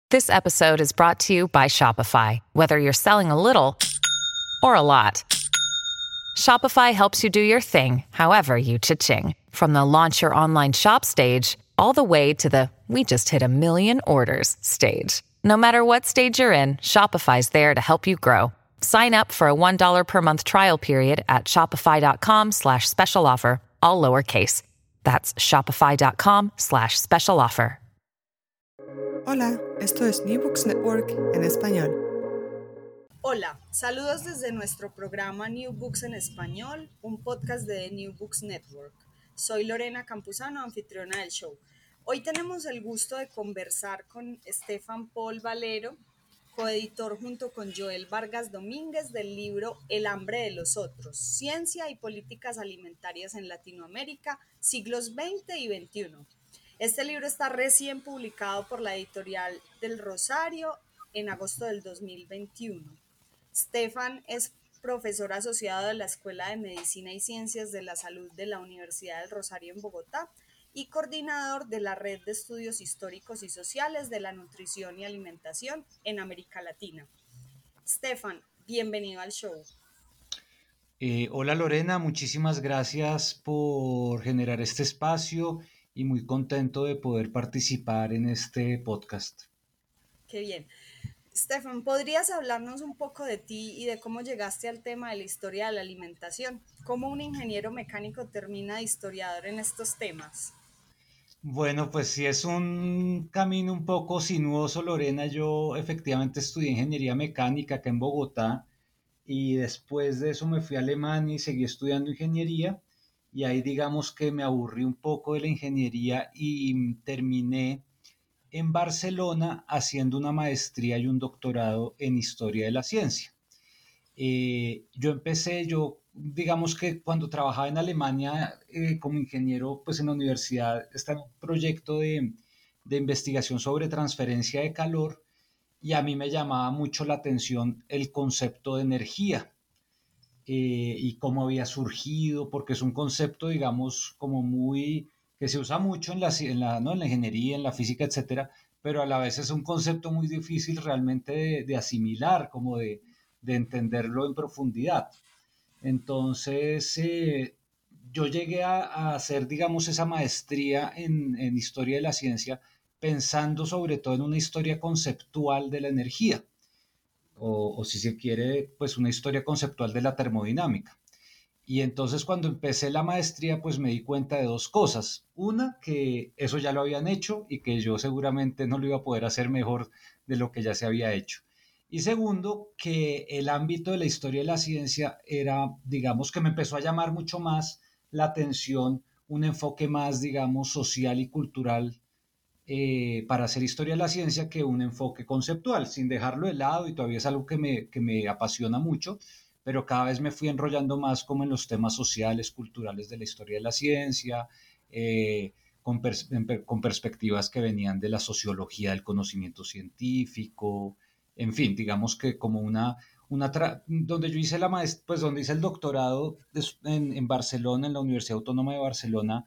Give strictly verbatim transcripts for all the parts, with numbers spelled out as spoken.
This episode is brought to you by Shopify. Whether you're selling a little or a lot, Shopify helps you do your thing, however you cha-ching. From the launch your online shop stage, all the way to the we just hit a million orders stage. No matter what stage you're in, Shopify's there to help you grow. Sign up for a one dollar per month trial period at shopify.com slash special offer, all lowercase. That's shopify.com slash special offer. Hola, esto es New Books Network en español. Hola, saludos desde nuestro programa New Books en Español, un podcast de New Books Network. Soy Lorena Campuzano, anfitriona del show. Hoy tenemos el gusto de conversar con Stefan Paul Valero, coeditor junto con Joel Vargas Domínguez del libro El hambre de los otros, Ciencia y Políticas Alimentarias en Latinoamérica, siglos veinte y veintiuno. Este libro está recién publicado por la editorial del Rosario en agosto del dos mil veintiuno. Stefan es profesor asociado de la Escuela de Medicina y Ciencias de la Salud de la Universidad del Rosario en Bogotá y coordinador de la Red de Estudios Históricos y Sociales de la Nutrición y Alimentación en América Latina. Stefan, bienvenido al show. Eh, hola Lorena, muchísimas gracias por generar este espacio y muy contento de poder participar en este podcast. Qué bien. Stefan, ¿podrías hablarnos un poco de ti y de cómo llegaste al tema de la historia de la alimentación? ¿Cómo un ingeniero mecánico termina de historiador en estos temas? Bueno, pues sí es un camino un poco sinuoso, Lorena. Yo efectivamente estudié ingeniería mecánica acá en Bogotá y después de eso me fui a Alemania y seguí estudiando ingeniería y ahí digamos que me aburrí un poco de la ingeniería y terminé en Barcelona haciendo una maestría y un doctorado en historia de la ciencia. Eh, yo empecé, yo digamos que cuando trabajaba en Alemania eh, como ingeniero, pues en la universidad está en un proyecto de, de investigación sobre transferencia de calor y a mí me llamaba mucho la atención el concepto de energía eh, y cómo había surgido, porque es un concepto, digamos, como muy, que se usa mucho en la, en la, ¿no? en la ingeniería, en la física, etcétera, pero a la vez es un concepto muy difícil realmente de, de asimilar, como de, de entenderlo en profundidad. Entonces, eh, yo llegué a, a hacer, digamos, esa maestría en, en historia de la ciencia, pensando sobre todo en una historia conceptual de la energía o, o si se quiere, pues una historia conceptual de la termodinámica. Y entonces cuando empecé la maestría, pues me di cuenta de dos cosas. Una, que eso ya lo habían hecho y que yo seguramente no lo iba a poder hacer mejor de lo que ya se había hecho. Y segundo, que el ámbito de la historia de la ciencia era, digamos, que me empezó a llamar mucho más la atención, un enfoque más, digamos, social y cultural eh, para hacer historia de la ciencia que un enfoque conceptual, sin dejarlo de lado, y todavía es algo que me, que me apasiona mucho, pero cada vez me fui enrollando más como en los temas sociales, culturales de la historia de la ciencia, eh, con, pers con perspectivas que venían de la sociología del conocimiento científico, en fin, digamos que como una, una donde yo hice la maest pues donde hice el doctorado en, en Barcelona, en la Universidad Autónoma de Barcelona,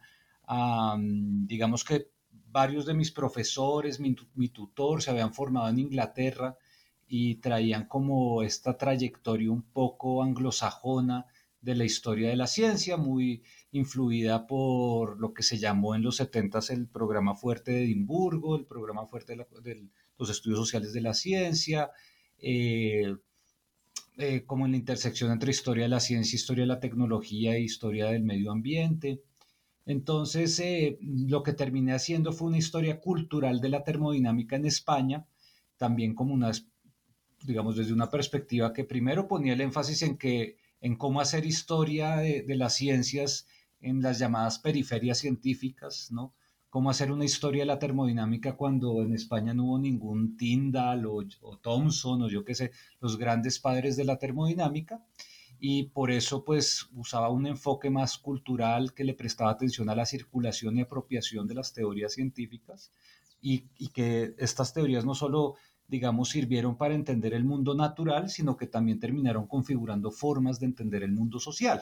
um, digamos que varios de mis profesores, mi, mi, tutor se habían formado en Inglaterra y traían como esta trayectoria un poco anglosajona de la historia de la ciencia, muy influida por lo que se llamó en los setentas el programa fuerte de Edimburgo, el programa fuerte de, la, de los estudios sociales de la ciencia, eh, eh, como en la intersección entre historia de la ciencia, historia de la tecnología e historia del medio ambiente. Entonces, eh, lo que terminé haciendo fue una historia cultural de la termodinámica en España, también como una, digamos, desde una perspectiva que primero ponía el énfasis en, que, en cómo hacer historia de, de las ciencias en las llamadas periferias científicas, ¿no? Cómo hacer una historia de la termodinámica cuando en España no hubo ningún Tyndall o, o Thomson o yo qué sé, los grandes padres de la termodinámica. Y por eso pues usaba un enfoque más cultural que le prestaba atención a la circulación y apropiación de las teorías científicas y, y que estas teorías no solo, digamos, sirvieron para entender el mundo natural, sino que también terminaron configurando formas de entender el mundo social.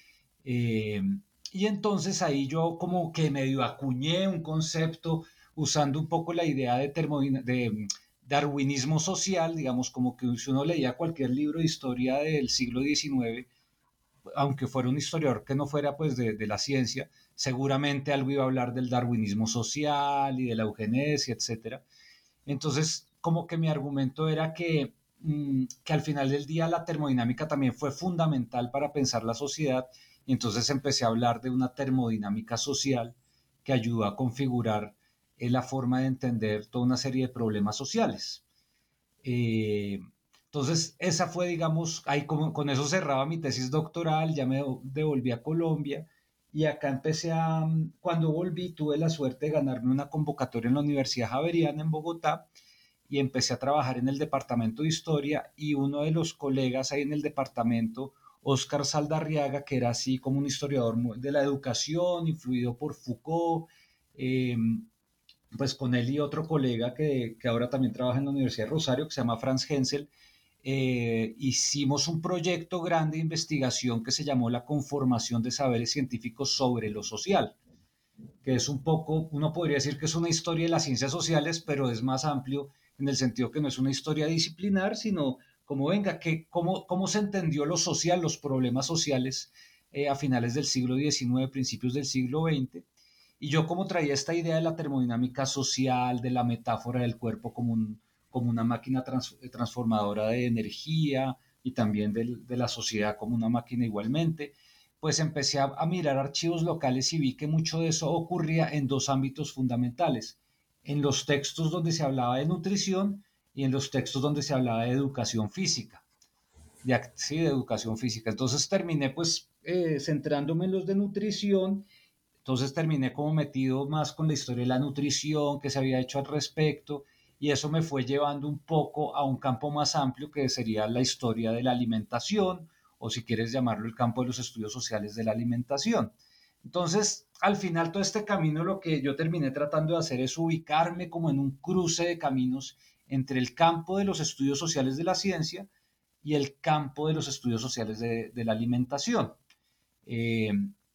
Eh, y entonces ahí yo como que medio acuñé un concepto usando un poco la idea de, termodin de, darwinismo social, digamos, como que si uno leía cualquier libro de historia del siglo diecinueve, aunque fuera un historiador que no fuera pues de, de la ciencia, seguramente algo iba a hablar del darwinismo social y de la eugenesia, etcétera. Entonces, como que mi argumento era que, mmm, que al final del día la termodinámica también fue fundamental para pensar la sociedad, y entonces empecé a hablar de una termodinámica social que ayuda a configurar eh, la forma de entender toda una serie de problemas sociales. Eh, entonces, esa fue, digamos, ahí como, con eso cerraba mi tesis doctoral, ya me devolví a Colombia y acá empecé a, cuando volví, tuve la suerte de ganarme una convocatoria en la Universidad Javeriana en Bogotá y empecé a trabajar en el departamento de historia y uno de los colegas ahí en el departamento, Óscar Saldarriaga, que era así como un historiador de la educación, influido por Foucault, eh, pues con él y otro colega que, que ahora también trabaja en la Universidad de Rosario, que se llama Franz Hensel, eh, hicimos un proyecto grande de investigación que se llamó la conformación de saberes científicos sobre lo social, que es un poco, uno podría decir que es una historia de las ciencias sociales, pero es más amplio en el sentido que no es una historia disciplinar, sino como venga, que cómo, cómo se entendió lo social, los problemas sociales eh, a finales del siglo diecinueve, principios del siglo veinte. Y yo como traía esta idea de la termodinámica social, de la metáfora del cuerpo como, un, como una máquina trans, transformadora de energía y también de, de la sociedad como una máquina igualmente, pues empecé a, a mirar archivos locales y vi que mucho de eso ocurría en dos ámbitos fundamentales, en los textos donde se hablaba de nutrición y en los textos donde se hablaba de educación física, de, sí, de educación física. Entonces terminé pues eh, centrándome en los de nutrición. Entonces terminé como metido más con la historia de la nutrición que se había hecho al respecto y eso me fue llevando un poco a un campo más amplio que sería la historia de la alimentación o si quieres llamarlo el campo de los estudios sociales de la alimentación. Entonces, al final todo este camino lo que yo terminé tratando de hacer es ubicarme como en un cruce de caminos entre el campo de los estudios sociales de la ciencia y el campo de los estudios sociales de, de la alimentación. Eh,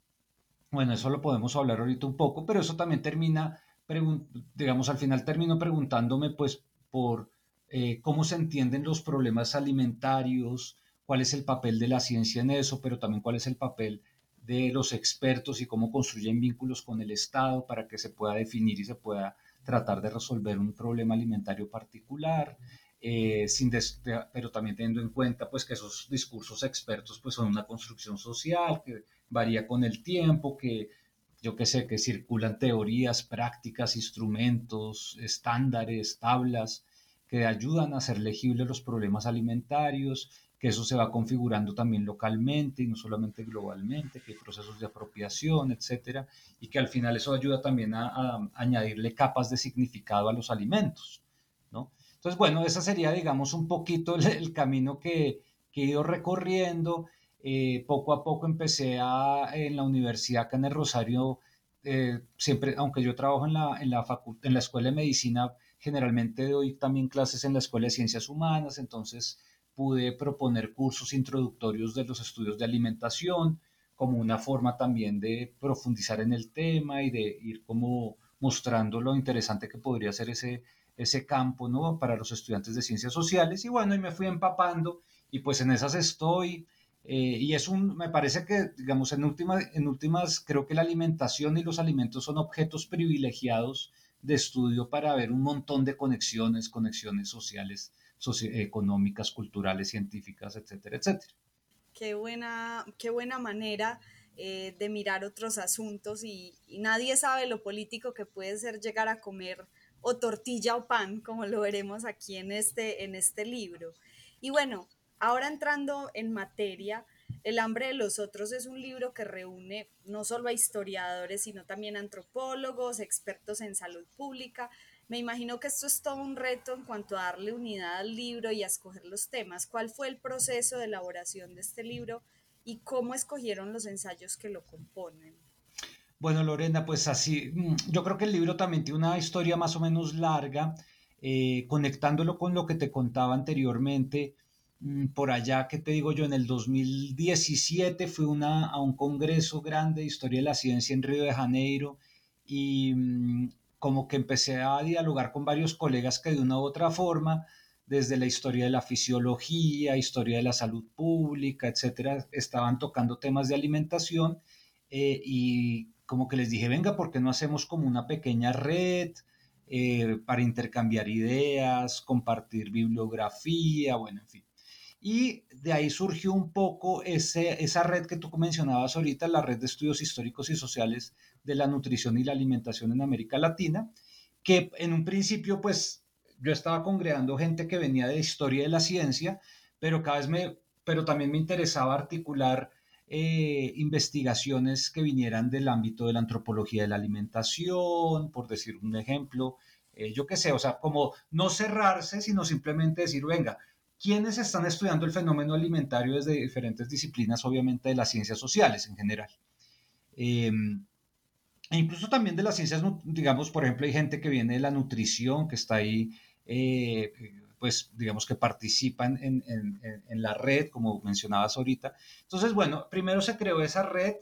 bueno, eso lo podemos hablar ahorita un poco, pero eso también termina, digamos, al final termino preguntándome, pues, por eh, cómo se entienden los problemas alimentarios, cuál es el papel de la ciencia en eso, pero también cuál es el papel de los expertos y cómo construyen vínculos con el Estado para que se pueda definir y se pueda tratar de resolver un problema alimentario particular. Eh, sin des, pero también teniendo en cuenta pues que esos discursos expertos pues son una construcción social que varía con el tiempo, que yo que sé, que circulan teorías, prácticas, instrumentos, estándares, tablas que ayudan a hacer legibles los problemas alimentarios, que eso se va configurando también localmente y no solamente globalmente, que hay procesos de apropiación, etcétera, y que al final eso ayuda también a, a añadirle capas de significado a los alimentos, ¿no? Entonces, bueno, ese sería, digamos, un poquito el, el camino que, que he ido recorriendo. Eh, poco a poco empecé a, en la universidad acá en el Rosario, eh, siempre, aunque yo trabajo en la, en, la en la Escuela de Medicina, generalmente doy también clases en la Escuela de Ciencias Humanas, entonces pude proponer cursos introductorios de los estudios de alimentación como una forma también de profundizar en el tema y de ir como mostrando lo interesante que podría ser ese, ese campo, ¿no? Para los estudiantes de ciencias sociales. Y bueno, y me fui empapando y pues en esas estoy. Eh, y es un, me parece que, digamos, en, última, en últimas, creo que la alimentación y los alimentos son objetos privilegiados de estudio para ver un montón de conexiones, conexiones sociales, socioeconómicas, culturales, científicas, etcétera, etcétera. Qué buena, qué buena manera eh, de mirar otros asuntos y, y nadie sabe lo político que puede ser llegar a comer o tortilla o pan, como lo veremos aquí en este, en este libro. Y bueno, ahora entrando en materia, El hambre de los otros es un libro que reúne no solo a historiadores, sino también a antropólogos, expertos en salud pública. Me imagino que esto es todo un reto en cuanto a darle unidad al libro y a escoger los temas. ¿Cuál fue el proceso de elaboración de este libro y cómo escogieron los ensayos que lo componen? Bueno, Lorena, pues así, yo creo que el libro también tiene una historia más o menos larga, eh, conectándolo con lo que te contaba anteriormente. Por allá, ¿qué te digo yo? En el dos mil diecisiete fui una, a un congreso grande de historia de la ciencia en Río de Janeiro y como que empecé a dialogar con varios colegas que de una u otra forma, desde la historia de la fisiología, historia de la salud pública, etcétera, estaban tocando temas de alimentación, eh, y como que les dije, venga, ¿por qué no hacemos como una pequeña red eh, para intercambiar ideas, compartir bibliografía, bueno, en fin? Y de ahí surgió un poco ese, esa red que tú mencionabas ahorita, la red de estudios históricos y sociales de la nutrición y la alimentación en América Latina, que en un principio pues yo estaba congregando gente que venía de historia de la ciencia, pero cada vez me, pero también me interesaba articular eh, investigaciones que vinieran del ámbito de la antropología de la alimentación, por decir un ejemplo, eh, yo qué sé, o sea, como no cerrarse, sino simplemente decir, venga, ¿quiénes están estudiando el fenómeno alimentario desde diferentes disciplinas, obviamente de las ciencias sociales en general? Eh, e incluso también de las ciencias, digamos, por ejemplo, hay gente que viene de la nutrición, que está ahí, eh, pues, digamos, que participan en, en, en, la red, como mencionabas ahorita. Entonces, bueno, primero se creó esa red,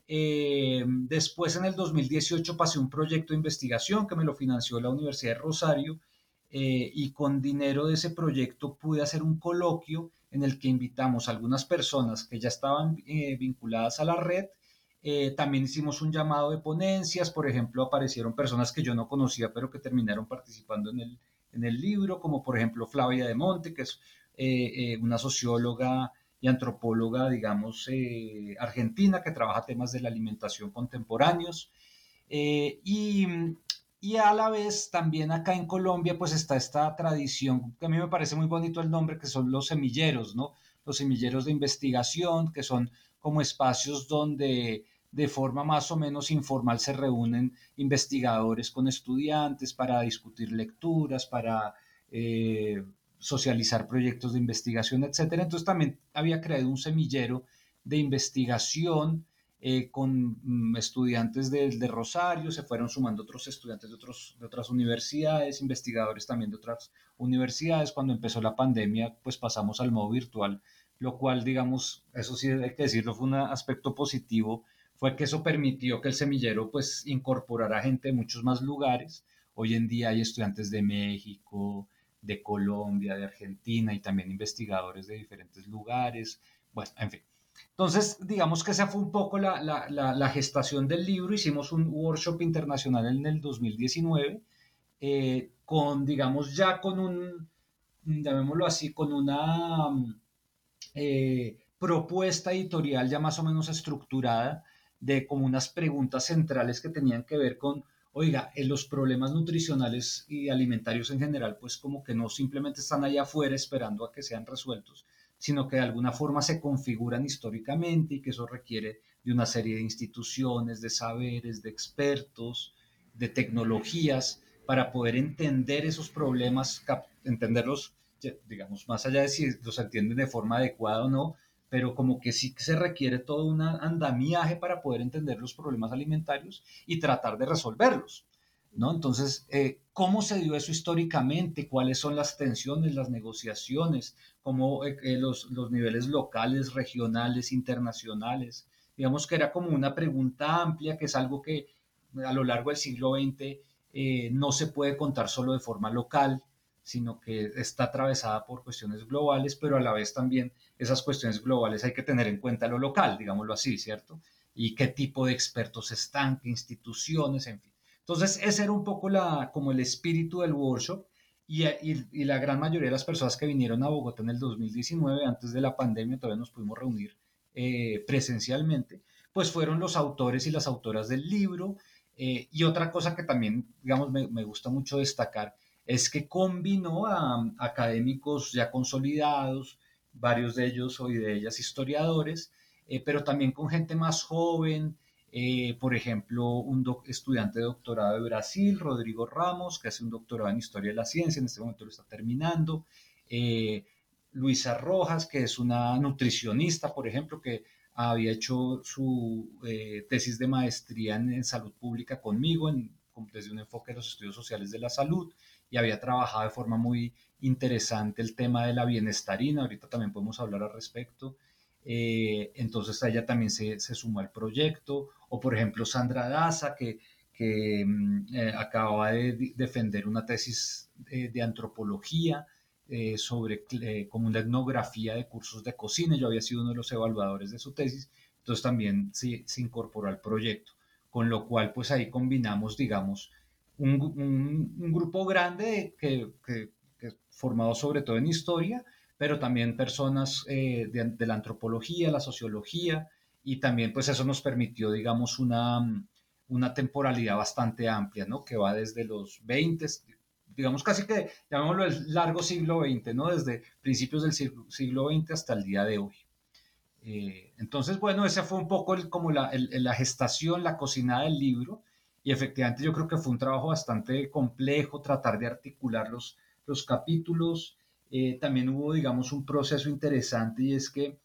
eh, después en el dos mil dieciocho pasé un proyecto de investigación que me lo financió la Universidad de Rosario, eh, y con dinero de ese proyecto pude hacer un coloquio en el que invitamos a algunas personas que ya estaban eh, vinculadas a la red. Eh, también hicimos un llamado de ponencias, por ejemplo, aparecieron personas que yo no conocía, pero que terminaron participando en el, en el libro, como por ejemplo Flavia de Monte, que es eh, eh, una socióloga y antropóloga, digamos, eh, argentina, que trabaja temas de la alimentación contemporáneos. Eh, y, y a la vez también acá en Colombia pues está esta tradición, que a mí me parece muy bonito el nombre, que son los semilleros, ¿no? Los semilleros de investigación, que son como espacios donde de forma más o menos informal se reúnen investigadores con estudiantes para discutir lecturas, para eh, socializar proyectos de investigación, etcétera. Entonces también había creado un semillero de investigación eh, con mm, estudiantes de, de, Rosario, se fueron sumando otros estudiantes de, otros, de otras universidades, investigadores también de otras universidades. Cuando empezó la pandemia, pues pasamos al modo virtual, lo cual, digamos, eso sí hay que decirlo, fue un aspecto positivo, fue que eso permitió que el semillero pues incorporara gente de muchos más lugares. Hoy en día hay estudiantes de México, de Colombia, de Argentina y también investigadores de diferentes lugares. Bueno, en fin. Entonces, digamos que esa fue un poco la, la, la, la gestación del libro. Hicimos un workshop internacional en el dos mil diecinueve, eh, con, digamos, ya con un, llamémoslo así, con una eh, propuesta editorial ya más o menos estructurada de como unas preguntas centrales que tenían que ver con, oiga, en los problemas nutricionales y alimentarios en general, pues como que no simplemente están allá afuera esperando a que sean resueltos, sino que de alguna forma se configuran históricamente y que eso requiere de una serie de instituciones, de saberes, de expertos, de tecnologías para poder entender esos problemas, entenderlos, digamos, más allá de si los entienden de forma adecuada o no, pero como que sí se requiere todo un andamiaje para poder entender los problemas alimentarios y tratar de resolverlos, ¿no? Entonces, eh, ¿cómo se dio eso históricamente? ¿Cuáles son las tensiones, las negociaciones? ¿Cómo eh, los, los niveles locales, regionales, internacionales? Digamos que era como una pregunta amplia, que es algo que a lo largo del siglo veinte eh, no se puede contar solo de forma local, sino que está atravesada por cuestiones globales, pero a la vez también esas cuestiones globales hay que tener en cuenta lo local, digámoslo así, ¿cierto? Y qué tipo de expertos están, qué instituciones, en fin. Entonces, ese era un poco la, como el espíritu del workshop, y, y, y la gran mayoría de las personas que vinieron a Bogotá en el dos mil diecinueve, antes de la pandemia, todavía nos pudimos reunir eh, presencialmente, pues fueron los autores y las autoras del libro. Eh, y otra cosa que también, digamos, me, me gusta mucho destacar es que combinó a, a académicos ya consolidados, varios de ellos o de ellas historiadores, eh, pero también con gente más joven, eh, por ejemplo, un estudiante de doctorado de Brasil, Rodrigo Ramos, que hace un doctorado en Historia de la Ciencia, en este momento lo está terminando, eh, Luisa Rojas, que es una nutricionista, por ejemplo, que había hecho su eh, tesis de maestría en, en salud pública conmigo, en, desde un enfoque de los estudios sociales de la salud, y había trabajado de forma muy interesante el tema de la bienestarina, ahorita también podemos hablar al respecto. Eh, entonces ella también se, se sumó al proyecto, o por ejemplo Sandra Daza, que, que mm, eh, acababa de di- defender una tesis eh, de antropología eh, sobre eh, como una etnografía de cursos de cocina. Yo había sido uno de los evaluadores de su tesis, entonces también se, se incorporó al proyecto, con lo cual pues ahí combinamos, digamos, un, un- un grupo grande que, que- que formado sobre todo en historia, pero también personas eh, de, de la antropología, la sociología, y también pues eso nos permitió, digamos, una, una temporalidad bastante amplia, ¿no? Que va desde los veinte, digamos casi que, llamémoslo el largo siglo veinte, ¿no? Desde principios del siglo, siglo veinte hasta el día de hoy. Eh, entonces, bueno, esa fue un poco el, como la, el, la gestación, la cocinada del libro, y efectivamente yo creo que fue un trabajo bastante complejo tratar de articular los, los capítulos. Eh, también hubo, digamos, un proceso interesante y es que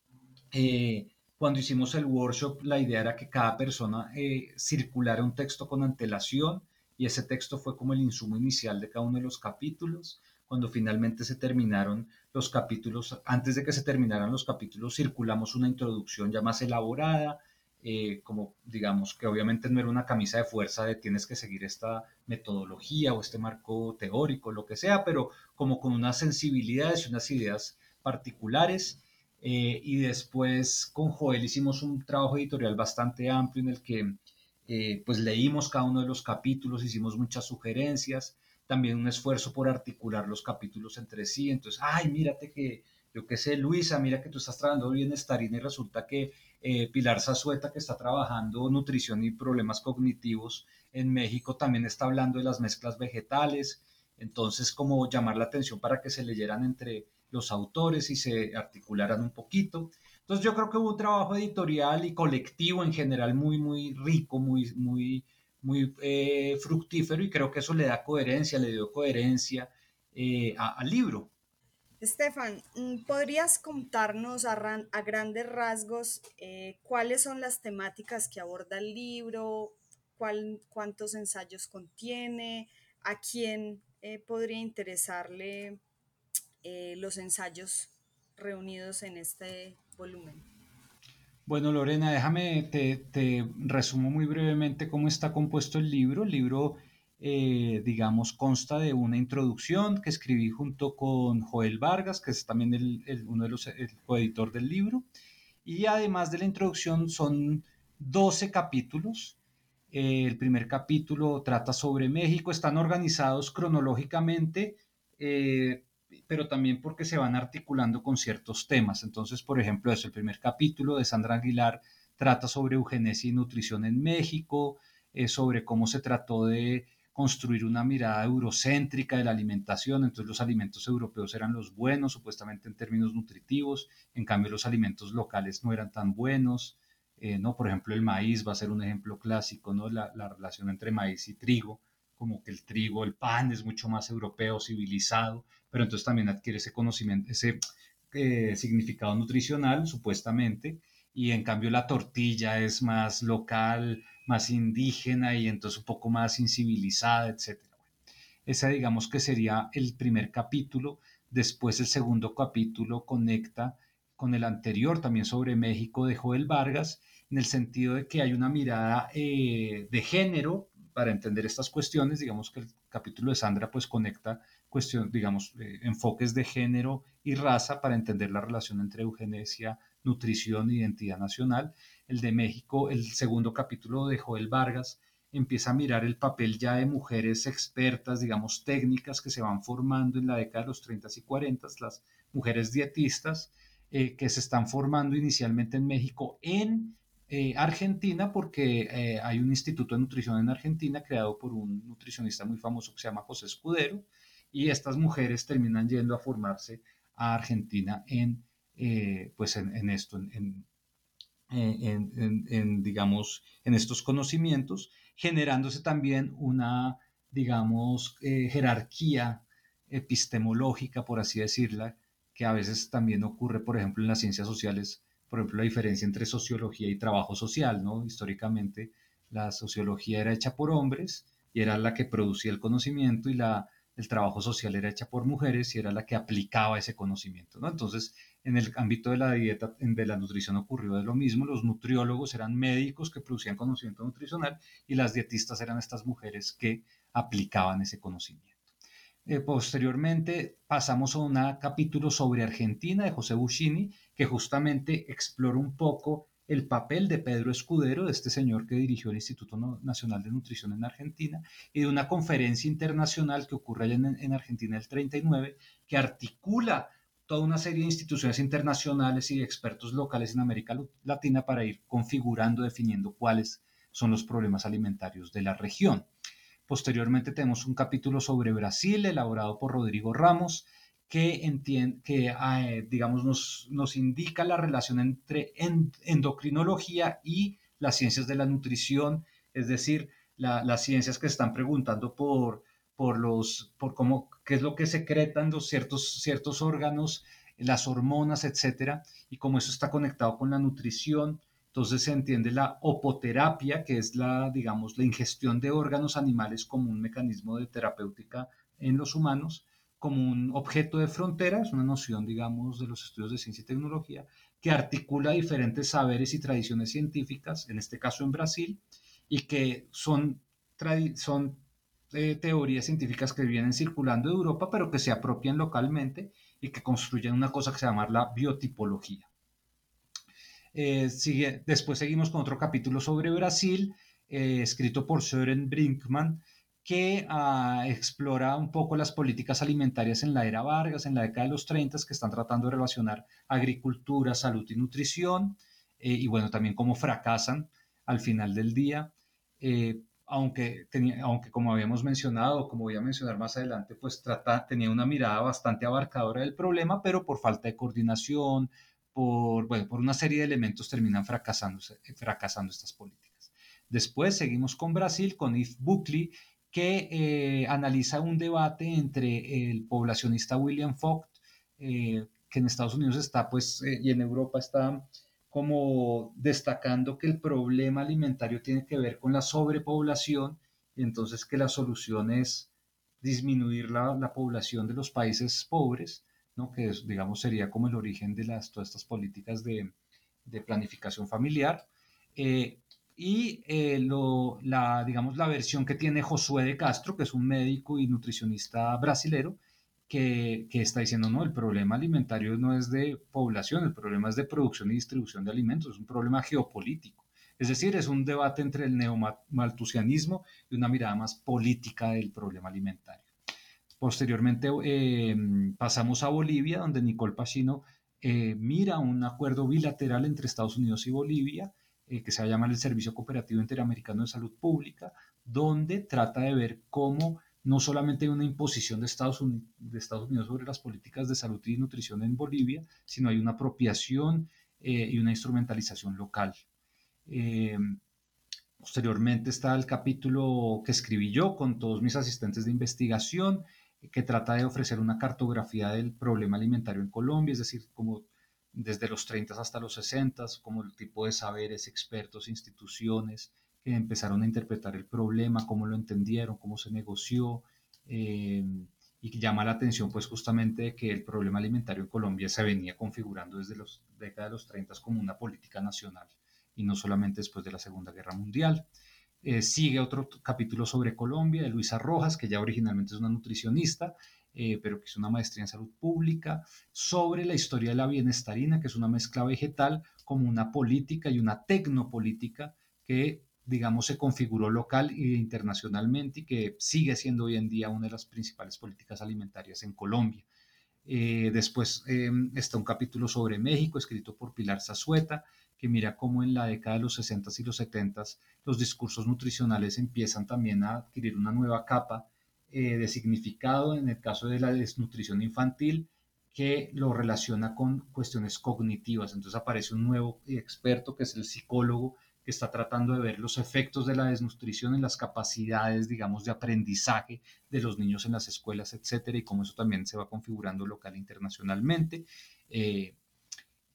eh, cuando hicimos el workshop, la idea era que cada persona eh, circulara un texto con antelación y ese texto fue como el insumo inicial de cada uno de los capítulos. Cuando finalmente se terminaron los capítulos, antes de que se terminaran los capítulos, circulamos una introducción ya más elaborada, eh, como digamos que obviamente no era una camisa de fuerza de tienes que seguir esta metodología o este marco teórico, lo que sea, pero como con unas sensibilidades y unas ideas particulares. Eh, y después con Joel hicimos un trabajo editorial bastante amplio en el que eh, pues leímos cada uno de los capítulos, hicimos muchas sugerencias, también un esfuerzo por articular los capítulos entre sí. Entonces, ay, mírate que, yo qué sé, Luisa, mira que tú estás trabajando bienestar y resulta que eh, Pilar Zazueta, que está trabajando nutrición y problemas cognitivos en México, también está hablando de las mezclas vegetales. Entonces, como llamar la atención para que se leyeran entre los autores y se articularan un poquito. Entonces yo creo que hubo un trabajo editorial y colectivo en general muy, muy rico, muy, muy, muy eh, fructífero y creo que eso le da coherencia, le dio coherencia eh, a- al libro. Estefan, mm, ¿podrías contarnos a, ran- a grandes rasgos eh, cuáles son las temáticas que aborda el libro, cuál- cuántos ensayos contiene, a quién eh, podría interesarle eh, los ensayos reunidos en este volumen? Bueno, Lorena, déjame, te, te resumo muy brevemente cómo está compuesto el libro. El libro, eh, digamos, consta de una introducción que escribí junto con Joel Vargas, que es también el, el- uno de los el coeditor del libro. Y además de la introducción son doce capítulos. Eh, el primer capítulo trata sobre México, están organizados cronológicamente, eh, pero también porque se van articulando con ciertos temas. Entonces, por ejemplo, eso, el primer capítulo de Sandra Aguilar trata sobre eugenesia y nutrición en México, eh, sobre cómo se trató de construir una mirada eurocéntrica de la alimentación. Entonces los alimentos europeos eran los buenos, supuestamente en términos nutritivos, en cambio los alimentos locales no eran tan buenos. Eh, ¿no? Por ejemplo, el maíz va a ser un ejemplo clásico, ¿no? La, la relación entre maíz y trigo, como que el trigo, el pan es mucho más europeo, civilizado, pero entonces también adquiere ese conocimiento, ese eh, significado nutricional, supuestamente, y en cambio la tortilla es más local, más indígena y entonces un poco más incivilizada, etcétera. Ese digamos que sería el primer capítulo. Después el segundo capítulo conecta con el anterior también sobre México de Joel Vargas, en el sentido de que hay una mirada eh, de género para entender estas cuestiones. Digamos que el capítulo de Sandra pues conecta cuestión, digamos, eh, enfoques de género y raza para entender la relación entre eugenesia, nutrición e identidad nacional. El de México, el segundo capítulo de Joel Vargas, empieza a mirar el papel ya de mujeres expertas, digamos, técnicas que se van formando en la década de los treinta y cuarenta, las mujeres dietistas eh, que se están formando inicialmente en México, en eh, Argentina, porque eh, hay un instituto de nutrición en Argentina creado por un nutricionista muy famoso que se llama José Escudero, y estas mujeres terminan yendo a formarse a Argentina en, eh, pues en, en esto, en, en en, en, en, digamos, en estos conocimientos, generándose también una, digamos, eh, jerarquía epistemológica, por así decirla, que a veces también ocurre, por ejemplo, en las ciencias sociales, por ejemplo, la diferencia entre sociología y trabajo social, ¿no? Históricamente, la sociología era hecha por hombres y era la que producía el conocimiento y la el trabajo social era hecha por mujeres y era la que aplicaba ese conocimiento, ¿no? Entonces, en el ámbito de la dieta, de la nutrición ocurrió de lo mismo. Los nutriólogos eran médicos que producían conocimiento nutricional y las dietistas eran estas mujeres que aplicaban ese conocimiento. Eh, posteriormente pasamos a un capítulo sobre Argentina de José Buscini, que justamente explora un poco el papel de Pedro Escudero, de este señor que dirigió el Instituto Nacional de Nutrición en Argentina, y de una conferencia internacional que ocurre allá en, en Argentina el treinta y nueve, que articula toda una serie de instituciones internacionales y de expertos locales en América Latina para ir configurando, definiendo cuáles son los problemas alimentarios de la región. Posteriormente tenemos un capítulo sobre Brasil elaborado por Rodrigo Ramos que, entiende, que eh, digamos, nos, nos indica la relación entre endocrinología y las ciencias de la nutrición, es decir, la, las ciencias que están preguntando por, por, los, por cómo, qué es lo que secretan los ciertos, ciertos órganos, las hormonas, etcétera, y cómo eso está conectado con la nutrición. Entonces se entiende la opoterapia, que es la, digamos, la ingestión de órganos animales como un mecanismo de terapéutica en los humanos, como un objeto de frontera, es una noción, digamos, de los estudios de ciencia y tecnología, que articula diferentes saberes y tradiciones científicas, en este caso en Brasil, y que son, son eh, teorías científicas que vienen circulando de Europa, pero que se apropian localmente y que construyen una cosa que se llama la biotipología. Eh, sigue, después seguimos con otro capítulo sobre Brasil, eh, escrito por Søren Brinkmann, que uh, explora un poco las políticas alimentarias en la era Vargas, en la década de los treinta, que están tratando de relacionar agricultura, salud y nutrición, eh, y bueno, también cómo fracasan al final del día. Eh, aunque, tenía, aunque como habíamos mencionado, como voy a mencionar más adelante, pues trata, tenía una mirada bastante abarcadora del problema, pero por falta de coordinación, por, bueno, por una serie de elementos terminan fracasando, fracasando estas políticas. Después seguimos con Brasil, con Yves Buckley, que eh, analiza un debate entre el poblacionista William Vogt, eh, que en Estados Unidos está, pues, eh, y en Europa está como destacando que el problema alimentario tiene que ver con la sobrepoblación, y entonces que la solución es disminuir la, la población de los países pobres, ¿no? Que es, digamos, sería como el origen de las, todas estas políticas de, de planificación familiar. Eh, y eh, lo, la, digamos, la versión que tiene Josué de Castro, que es un médico y nutricionista brasilero, que, que está diciendo, no, el problema alimentario no es de población, el problema es de producción y distribución de alimentos, es un problema geopolítico. Es decir, es un debate entre el neomalthusianismo y una mirada más política del problema alimentario. Posteriormente eh, pasamos a Bolivia, donde Nicole Pachino eh, mira un acuerdo bilateral entre Estados Unidos y Bolivia, eh, que se llama el Servicio Cooperativo Interamericano de Salud Pública, donde trata de ver cómo no solamente hay una imposición de Estados, Unidos, de Estados Unidos sobre las políticas de salud y nutrición en Bolivia, sino hay una apropiación eh, y una instrumentalización local. Eh, posteriormente está el capítulo que escribí yo con todos mis asistentes de investigación, que trata de ofrecer una cartografía del problema alimentario en Colombia, es decir, como desde los treinta hasta los sesenta, como el tipo de saberes, expertos, instituciones que empezaron a interpretar el problema, cómo lo entendieron, cómo se negoció, eh, y que llama la atención pues justamente de que el problema alimentario en Colombia se venía configurando desde la década de los treinta como una política nacional y no solamente después de la Segunda Guerra Mundial. Eh, sigue otro capítulo sobre Colombia de Luisa Rojas, que ya originalmente es una nutricionista, eh, pero que hizo una maestría en salud pública, sobre la historia de la bienestarina, que es una mezcla vegetal, como una política y una tecnopolítica que, digamos, se configuró local e internacionalmente y que sigue siendo hoy en día una de las principales políticas alimentarias en Colombia. Eh, después eh, está un capítulo sobre México, escrito por Pilar Zazueta, que mira cómo en la década de los sesenta y los setenta los discursos nutricionales empiezan también a adquirir una nueva capa eh, de significado, en el caso de la desnutrición infantil, que lo relaciona con cuestiones cognitivas. Entonces aparece un nuevo experto, que es el psicólogo, que está tratando de ver los efectos de la desnutrición en las capacidades, digamos, de aprendizaje de los niños en las escuelas, etcétera, y cómo eso también se va configurando local e internacionalmente. Eh,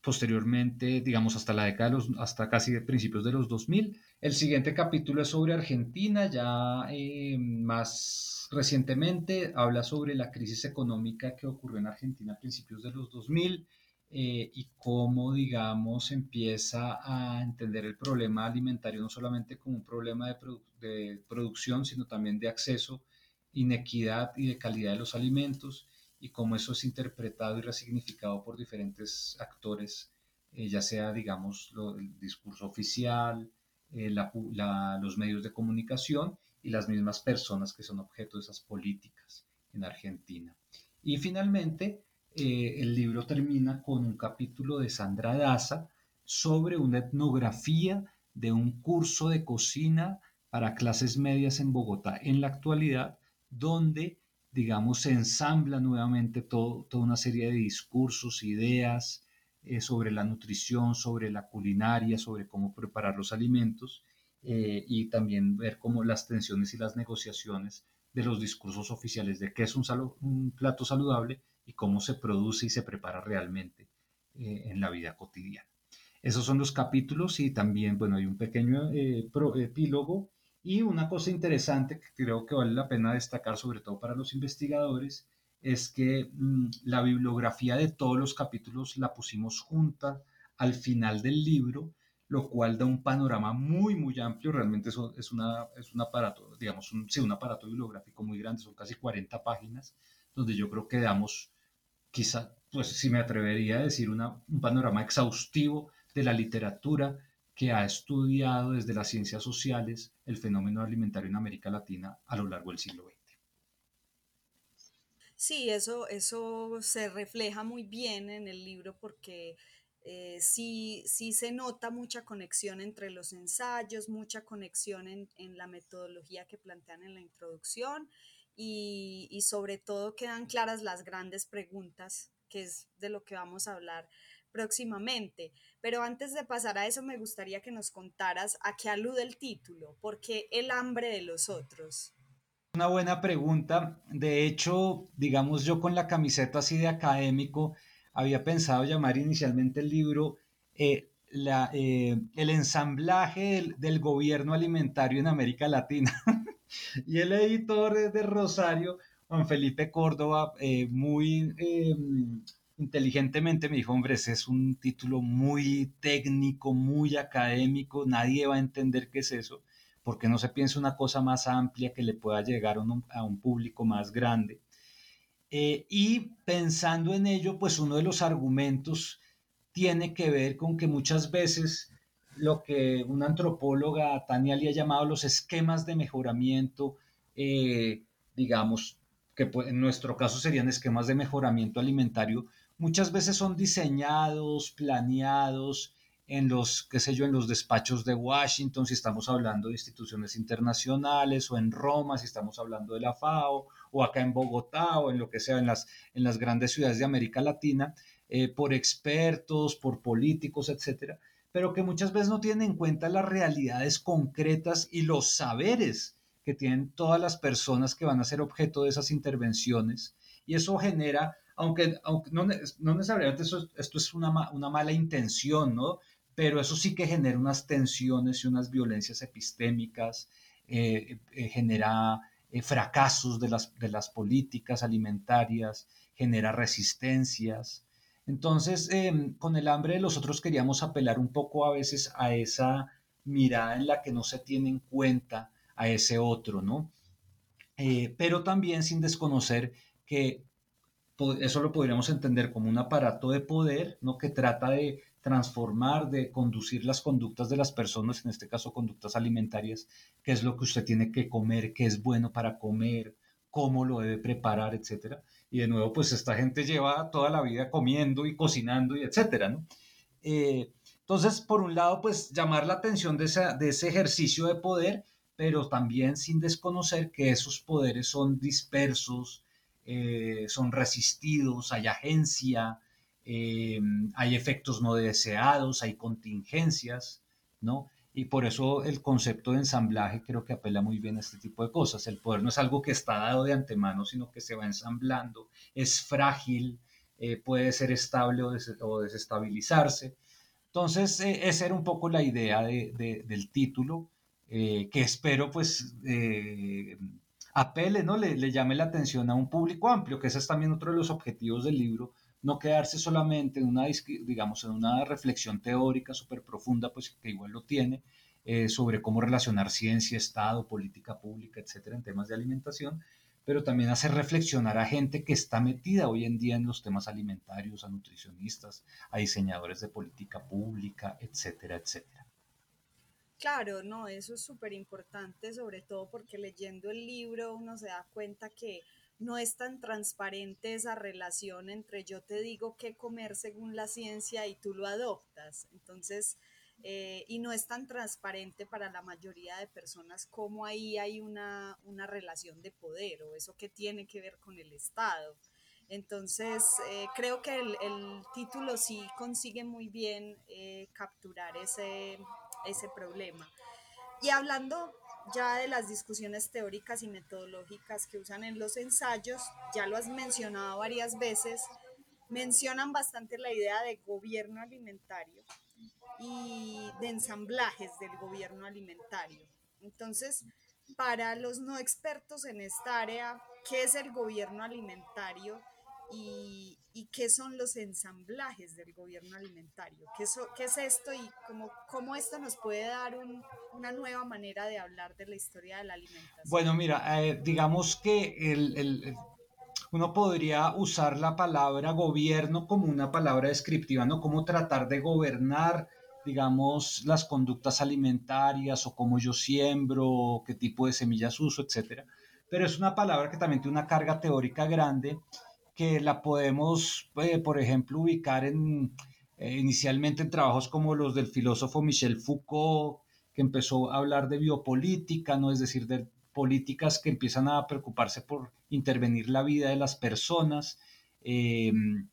posteriormente, digamos, hasta la década de los, hasta casi de principios de los dos mil. El siguiente capítulo es sobre Argentina, ya eh, más recientemente habla sobre la crisis económica que ocurrió en Argentina a principios de los dos mil eh, y cómo, digamos, empieza a entender el problema alimentario no solamente como un problema de, produ de producción, sino también de acceso, inequidad y de calidad de los alimentos, y cómo eso es interpretado y resignificado por diferentes actores, eh, ya sea, digamos, lo, el discurso oficial, eh, la, la, los medios de comunicación y las mismas personas que son objeto de esas políticas en Argentina. Y finalmente, eh, el libro termina con un capítulo de Sandra Daza sobre una etnografía de un curso de cocina para clases medias en Bogotá en la actualidad, donde, digamos, se ensambla nuevamente todo, toda una serie de discursos, ideas eh, sobre la nutrición, sobre la culinaria, sobre cómo preparar los alimentos, eh, y también ver cómo las tensiones y las negociaciones de los discursos oficiales de qué es un, salo, un plato saludable y cómo se produce y se prepara realmente eh, en la vida cotidiana. Esos son los capítulos y también, bueno, hay un pequeño eh, pro, epílogo. Y una cosa interesante que creo que vale la pena destacar, sobre todo para los investigadores, es que mmm, la bibliografía de todos los capítulos la pusimos junta al final del libro, lo cual da un panorama muy, muy amplio. Realmente eso es, una, es un aparato, digamos, un, sí, un aparato bibliográfico muy grande, son casi cuarenta páginas, donde yo creo que damos, quizá, pues si me atrevería a decir, una, un panorama exhaustivo de la literatura que ha estudiado desde las ciencias sociales el fenómeno alimentario en América Latina a lo largo del siglo veinte. Sí, eso, eso se refleja muy bien en el libro porque eh, sí, sí se nota mucha conexión entre los ensayos, mucha conexión en, en la metodología que plantean en la introducción y, y sobre todo quedan claras las grandes preguntas, que es de lo que vamos a hablar próximamente. Pero antes de pasar a eso, me gustaría que nos contaras a qué alude el título, ¿por qué el hambre de los otros? Una buena pregunta. De hecho, digamos, yo con la camiseta así de académico había pensado llamar inicialmente el libro eh, la, eh, el ensamblaje del, del gobierno alimentario en América Latina. Y el editor de Rosario, Juan Felipe Córdoba, eh, muy eh, inteligentemente me dijo, hombre, ese es un título muy técnico, muy académico, nadie va a entender qué es eso, porque no se piensa una cosa más amplia que le pueda llegar a un, a un público más grande. Eh, y pensando en ello, pues uno de los argumentos tiene que ver con que muchas veces lo que una antropóloga, Tania, le ha llamado los esquemas de mejoramiento, eh, digamos, que en nuestro caso serían esquemas de mejoramiento alimentario, muchas veces son diseñados, planeados en los, qué sé yo, en los despachos de Washington, si estamos hablando de instituciones internacionales, o en Roma, si estamos hablando de la FAO, o acá en Bogotá, o en lo que sea, en las, en las grandes ciudades de América Latina, eh, por expertos, por políticos, etcétera, pero que muchas veces no tienen en cuenta las realidades concretas y los saberes que tienen todas las personas que van a ser objeto de esas intervenciones. Y eso genera, aunque, aunque no, no necesariamente eso, esto es una, una mala intención, ¿no? Pero eso sí que genera unas tensiones y unas violencias epistémicas, eh, eh, genera eh, fracasos de las, de las políticas alimentarias, genera resistencias. Entonces, eh, con el hambre de los otros queríamos apelar un poco a veces a esa mirada en la que no se tiene en cuenta a ese otro, ¿no? Eh, pero también sin desconocer que eso lo podríamos entender como un aparato de poder, ¿no? Que trata de transformar, de conducir las conductas de las personas, en este caso conductas alimentarias, qué es lo que usted tiene que comer, qué es bueno para comer, cómo lo debe preparar, etcétera. Y de nuevo, pues esta gente lleva toda la vida comiendo y cocinando y etcétera, ¿no? Eh, entonces, por un lado, pues llamar la atención de, esa, de ese ejercicio de poder, pero también sin desconocer que esos poderes son dispersos, eh, son resistidos, hay agencia, eh, hay efectos no deseados, hay contingencias, ¿no? Y por eso el concepto de ensamblaje creo que apela muy bien a este tipo de cosas. El poder no es algo que está dado de antemano, sino que se va ensamblando, es frágil, eh, puede ser estable o, des o desestabilizarse. Entonces, eh, esa era un poco la idea de, de, del título, eh, que espero pues eh, apele, ¿no? Le, le, llame la atención a un público amplio, que ese es también otro de los objetivos del libro, no quedarse solamente en una, digamos, en una reflexión teórica súper profunda, pues que igual lo tiene, eh, sobre cómo relacionar ciencia, Estado, política pública, etcétera, en temas de alimentación, pero también hacer reflexionar a gente que está metida hoy en día en los temas alimentarios, a nutricionistas, a diseñadores de política pública, etcétera, etcétera. Claro, no, eso es súper importante, sobre todo porque leyendo el libro uno se da cuenta que no es tan transparente esa relación entre yo te digo qué comer según la ciencia y tú lo adoptas. Entonces, eh, y no es tan transparente para la mayoría de personas cómo ahí hay una, una relación de poder o eso que tiene que ver con el Estado. Entonces, eh, creo que el, el, título sí consigue muy bien eh, capturar ese, ese problema. Y hablando ya de las discusiones teóricas y metodológicas que usan en los ensayos, ya lo has mencionado varias veces, mencionan bastante la idea de gobierno alimentario y de ensamblajes del gobierno alimentario. Entonces, para los no expertos en esta área, ¿qué es el gobierno alimentario y, y qué son los ensamblajes del gobierno alimentario? ¿Qué, so, qué es esto y cómo, cómo esto nos puede dar un, una nueva manera de hablar de la historia de la alimentación? Bueno, mira, eh, digamos que el, el, uno podría usar la palabra gobierno como una palabra descriptiva, ¿no? Cómo tratar de gobernar, digamos, las conductas alimentarias o cómo yo siembro, qué tipo de semillas uso, etcétera. Pero es una palabra que también tiene una carga teórica grande que la podemos, eh, por ejemplo, ubicar en, eh, inicialmente en trabajos como los del filósofo Michel Foucault, que empezó a hablar de biopolítica, ¿no? Es decir, de políticas que empiezan a preocuparse por intervenir la vida de las personas. Eh,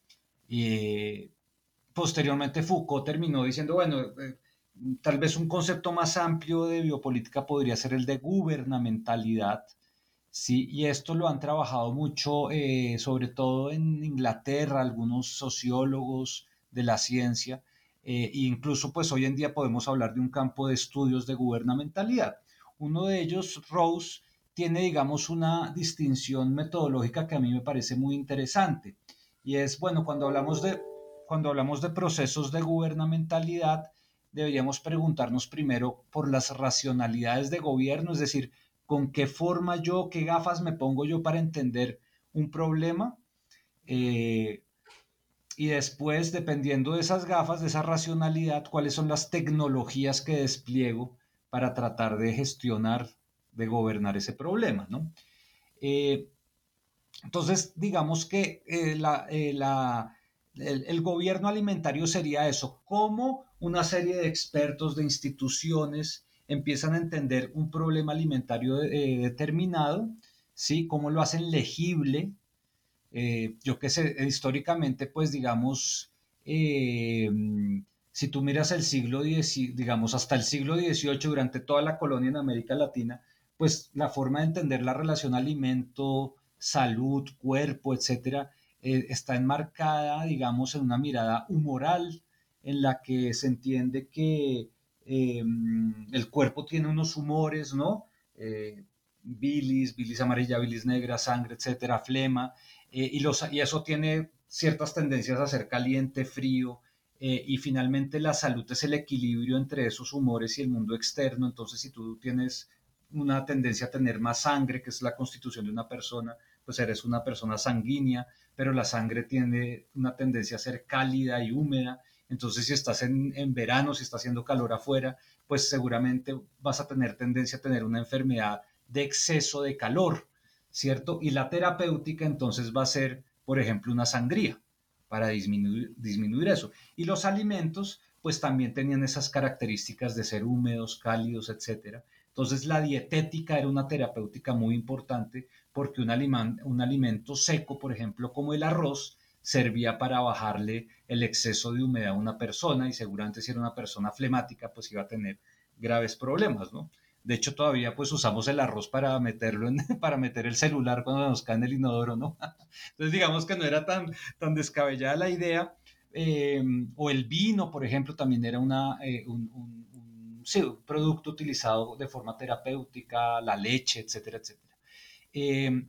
eh, Posteriormente Foucault terminó diciendo, bueno, eh, tal vez un concepto más amplio de biopolítica podría ser el de gubernamentalidad, ¿sí? Y esto lo han trabajado mucho, eh, sobre todo en Inglaterra, algunos sociólogos de la ciencia, eh, e incluso pues hoy en día podemos hablar de un campo de estudios de gubernamentalidad. Uno de ellos, Rose, tiene, digamos, una distinción metodológica que a mí me parece muy interesante. Y es, bueno, cuando hablamos de, cuando hablamos de procesos de gubernamentalidad, deberíamos preguntarnos primero por las racionalidades de gobierno, es decir, con qué forma yo, qué gafas me pongo yo para entender un problema. Eh, y después, dependiendo de esas gafas, de esa racionalidad, cuáles son las tecnologías que despliego para tratar de gestionar, de gobernar ese problema, ¿no? Eh, entonces, digamos que eh, la, eh, la, el, el, gobierno alimentario sería eso, cómo una serie de expertos, de instituciones, empiezan a entender un problema alimentario eh, determinado, ¿sí? Cómo lo hacen legible. Eh, yo qué sé, históricamente, pues digamos, eh, si tú miras el siglo diez, digamos, hasta el siglo dieciocho, durante toda la colonia en América Latina, pues la forma de entender la relación alimento, salud, cuerpo, etcétera, eh, está enmarcada, digamos, en una mirada humoral en la que se entiende que eh, el cuerpo tiene unos humores, ¿no? Eh, bilis, bilis amarilla, bilis negra, sangre, etcétera, flema, eh, y, los, y eso tiene ciertas tendencias a ser caliente, frío, eh, y finalmente la salud es el equilibrio entre esos humores y el mundo externo. Entonces, si tú tienes una tendencia a tener más sangre, que es la constitución de una persona, pues eres una persona sanguínea, pero la sangre tiene una tendencia a ser cálida y húmeda. Entonces, si estás en, en verano, si está haciendo calor afuera, pues seguramente vas a tener tendencia a tener una enfermedad de exceso de calor, ¿cierto? Y la terapéutica entonces va a ser, por ejemplo, una sangría para disminuir, disminuir eso. Y los alimentos, pues también tenían esas características de ser húmedos, cálidos, etcétera. Entonces la dietética era una terapéutica muy importante porque un, aliment, un alimento seco, por ejemplo, como el arroz, servía para bajarle el exceso de humedad a una persona y seguramente si era una persona flemática, pues iba a tener graves problemas, ¿no? De hecho, todavía pues usamos el arroz para meterlo en, para meter el celular cuando nos cae en el inodoro, ¿no? Entonces digamos que no era tan, tan descabellada la idea. Eh, o el vino, por ejemplo, también era una, eh, un, un, un, sí, un producto utilizado de forma terapéutica, la leche, etcétera, etcétera. Eh,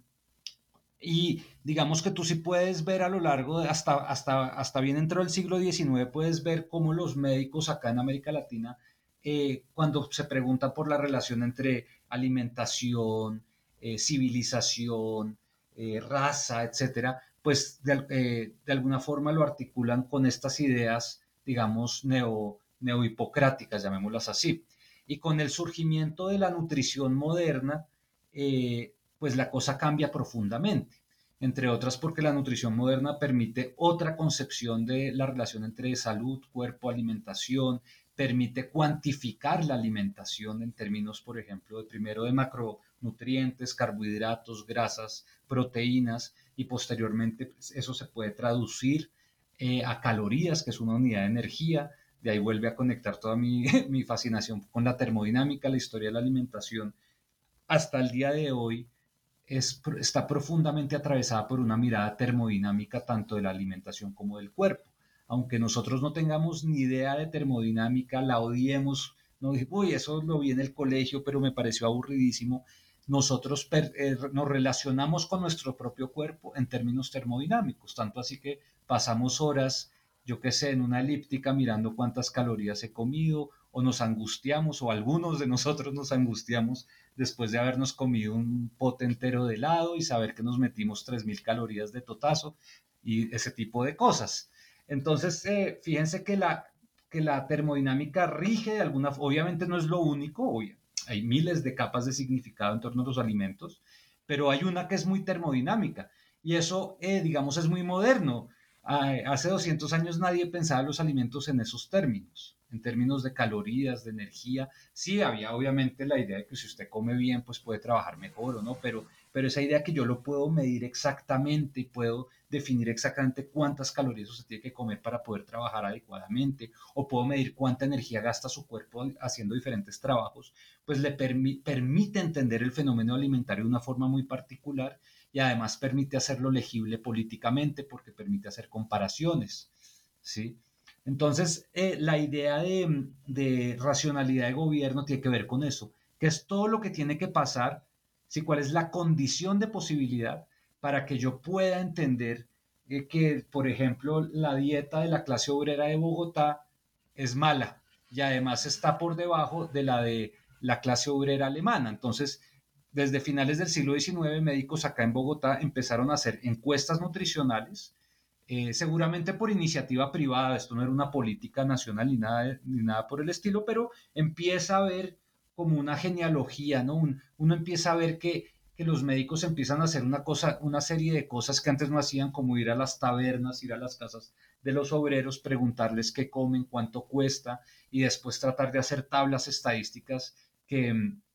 y digamos que tú sí puedes ver a lo largo, de hasta, hasta, hasta bien dentro del siglo diecinueve, puedes ver cómo los médicos acá en América Latina, eh, cuando se pregunta por la relación entre alimentación, eh, civilización, eh, raza, etcétera, pues de, eh, de, alguna forma lo articulan con estas ideas, digamos, neo, neohipocráticas, llamémoslas así. Y con el surgimiento de la nutrición moderna, eh, pues la cosa cambia profundamente, entre otras porque la nutrición moderna permite otra concepción de la relación entre salud, cuerpo, alimentación, permite cuantificar la alimentación en términos, por ejemplo, de primero de macronutrientes, carbohidratos, grasas, proteínas, y posteriormente pues, eso se puede traducir eh, a calorías, que es una unidad de energía. De ahí vuelve a conectar toda mi, mi fascinación con la termodinámica, la historia de la alimentación. Hasta el día de hoy es, está profundamente atravesada por una mirada termodinámica tanto de la alimentación como del cuerpo. Aunque nosotros no tengamos ni idea de termodinámica, la odiemos, no dije, uy, eso lo vi en el colegio, pero me pareció aburridísimo. Nosotros per, eh, nos relacionamos con nuestro propio cuerpo en términos termodinámicos, tanto así que pasamos horas, yo qué sé, en una elíptica mirando cuántas calorías he comido, o nos angustiamos, o algunos de nosotros nos angustiamos después de habernos comido un pote entero de helado y saber que nos metimos tres mil calorías de totazo y ese tipo de cosas. Entonces, eh, fíjense que la, que la termodinámica rige de alguna forma, obviamente no es lo único, obvio, hay miles de capas de significado en torno a los alimentos, pero hay una que es muy termodinámica y eso, eh, digamos, es muy moderno. Hace doscientos años nadie pensaba los alimentos en esos términos, en términos de calorías, de energía. Sí, había obviamente la idea de que si usted come bien, pues puede trabajar mejor o no, pero, pero esa idea que yo lo puedo medir exactamente y puedo definir exactamente cuántas calorías usted tiene que comer para poder trabajar adecuadamente, o puedo medir cuánta energía gasta su cuerpo haciendo diferentes trabajos, pues le permi permite entender el fenómeno alimentario de una forma muy particular y además permite hacerlo legible políticamente porque permite hacer comparaciones, ¿sí? Entonces, eh, la idea de, de, racionalidad de gobierno tiene que ver con eso, que es todo lo que tiene que pasar, ¿sí? Cuál es la condición de posibilidad para que yo pueda entender eh, que, por ejemplo, la dieta de la clase obrera de Bogotá es mala y además está por debajo de la de la clase obrera alemana. Entonces, desde finales del siglo diecinueve, médicos acá en Bogotá empezaron a hacer encuestas nutricionales, eh, seguramente por iniciativa privada, esto no era una política nacional ni nada, ni nada por el estilo, pero empieza a ver como una genealogía, ¿no? Un, uno empieza a ver que, que los médicos empiezan a hacer una, cosa, una serie de cosas que antes no hacían, como ir a las tabernas, ir a las casas de los obreros, preguntarles qué comen, cuánto cuesta, y después tratar de hacer tablas estadísticas que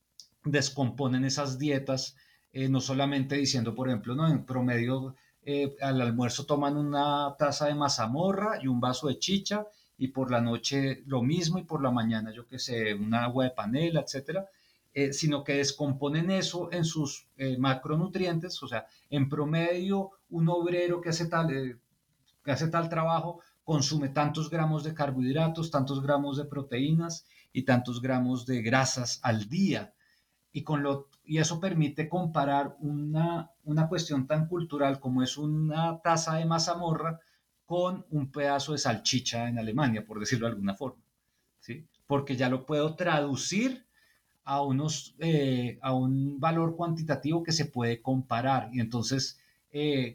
descomponen esas dietas, eh, no solamente diciendo, por ejemplo, no, en promedio eh, al almuerzo toman una taza de mazamorra y un vaso de chicha, y por la noche lo mismo, y por la mañana, yo qué sé, un agua de panela, etcétera, eh, sino que descomponen eso en sus eh, macronutrientes, o sea, en promedio un obrero que hace tal, eh, que hace tal trabajo consume tantos gramos de carbohidratos, tantos gramos de proteínas y tantos gramos de grasas al día, y, con lo, y eso permite comparar una, una cuestión tan cultural como es una taza de mazamorra con un pedazo de salchicha en Alemania, por decirlo de alguna forma, ¿sí? Porque ya lo puedo traducir a, unos, eh, a un valor cuantitativo que se puede comparar. Y entonces eh,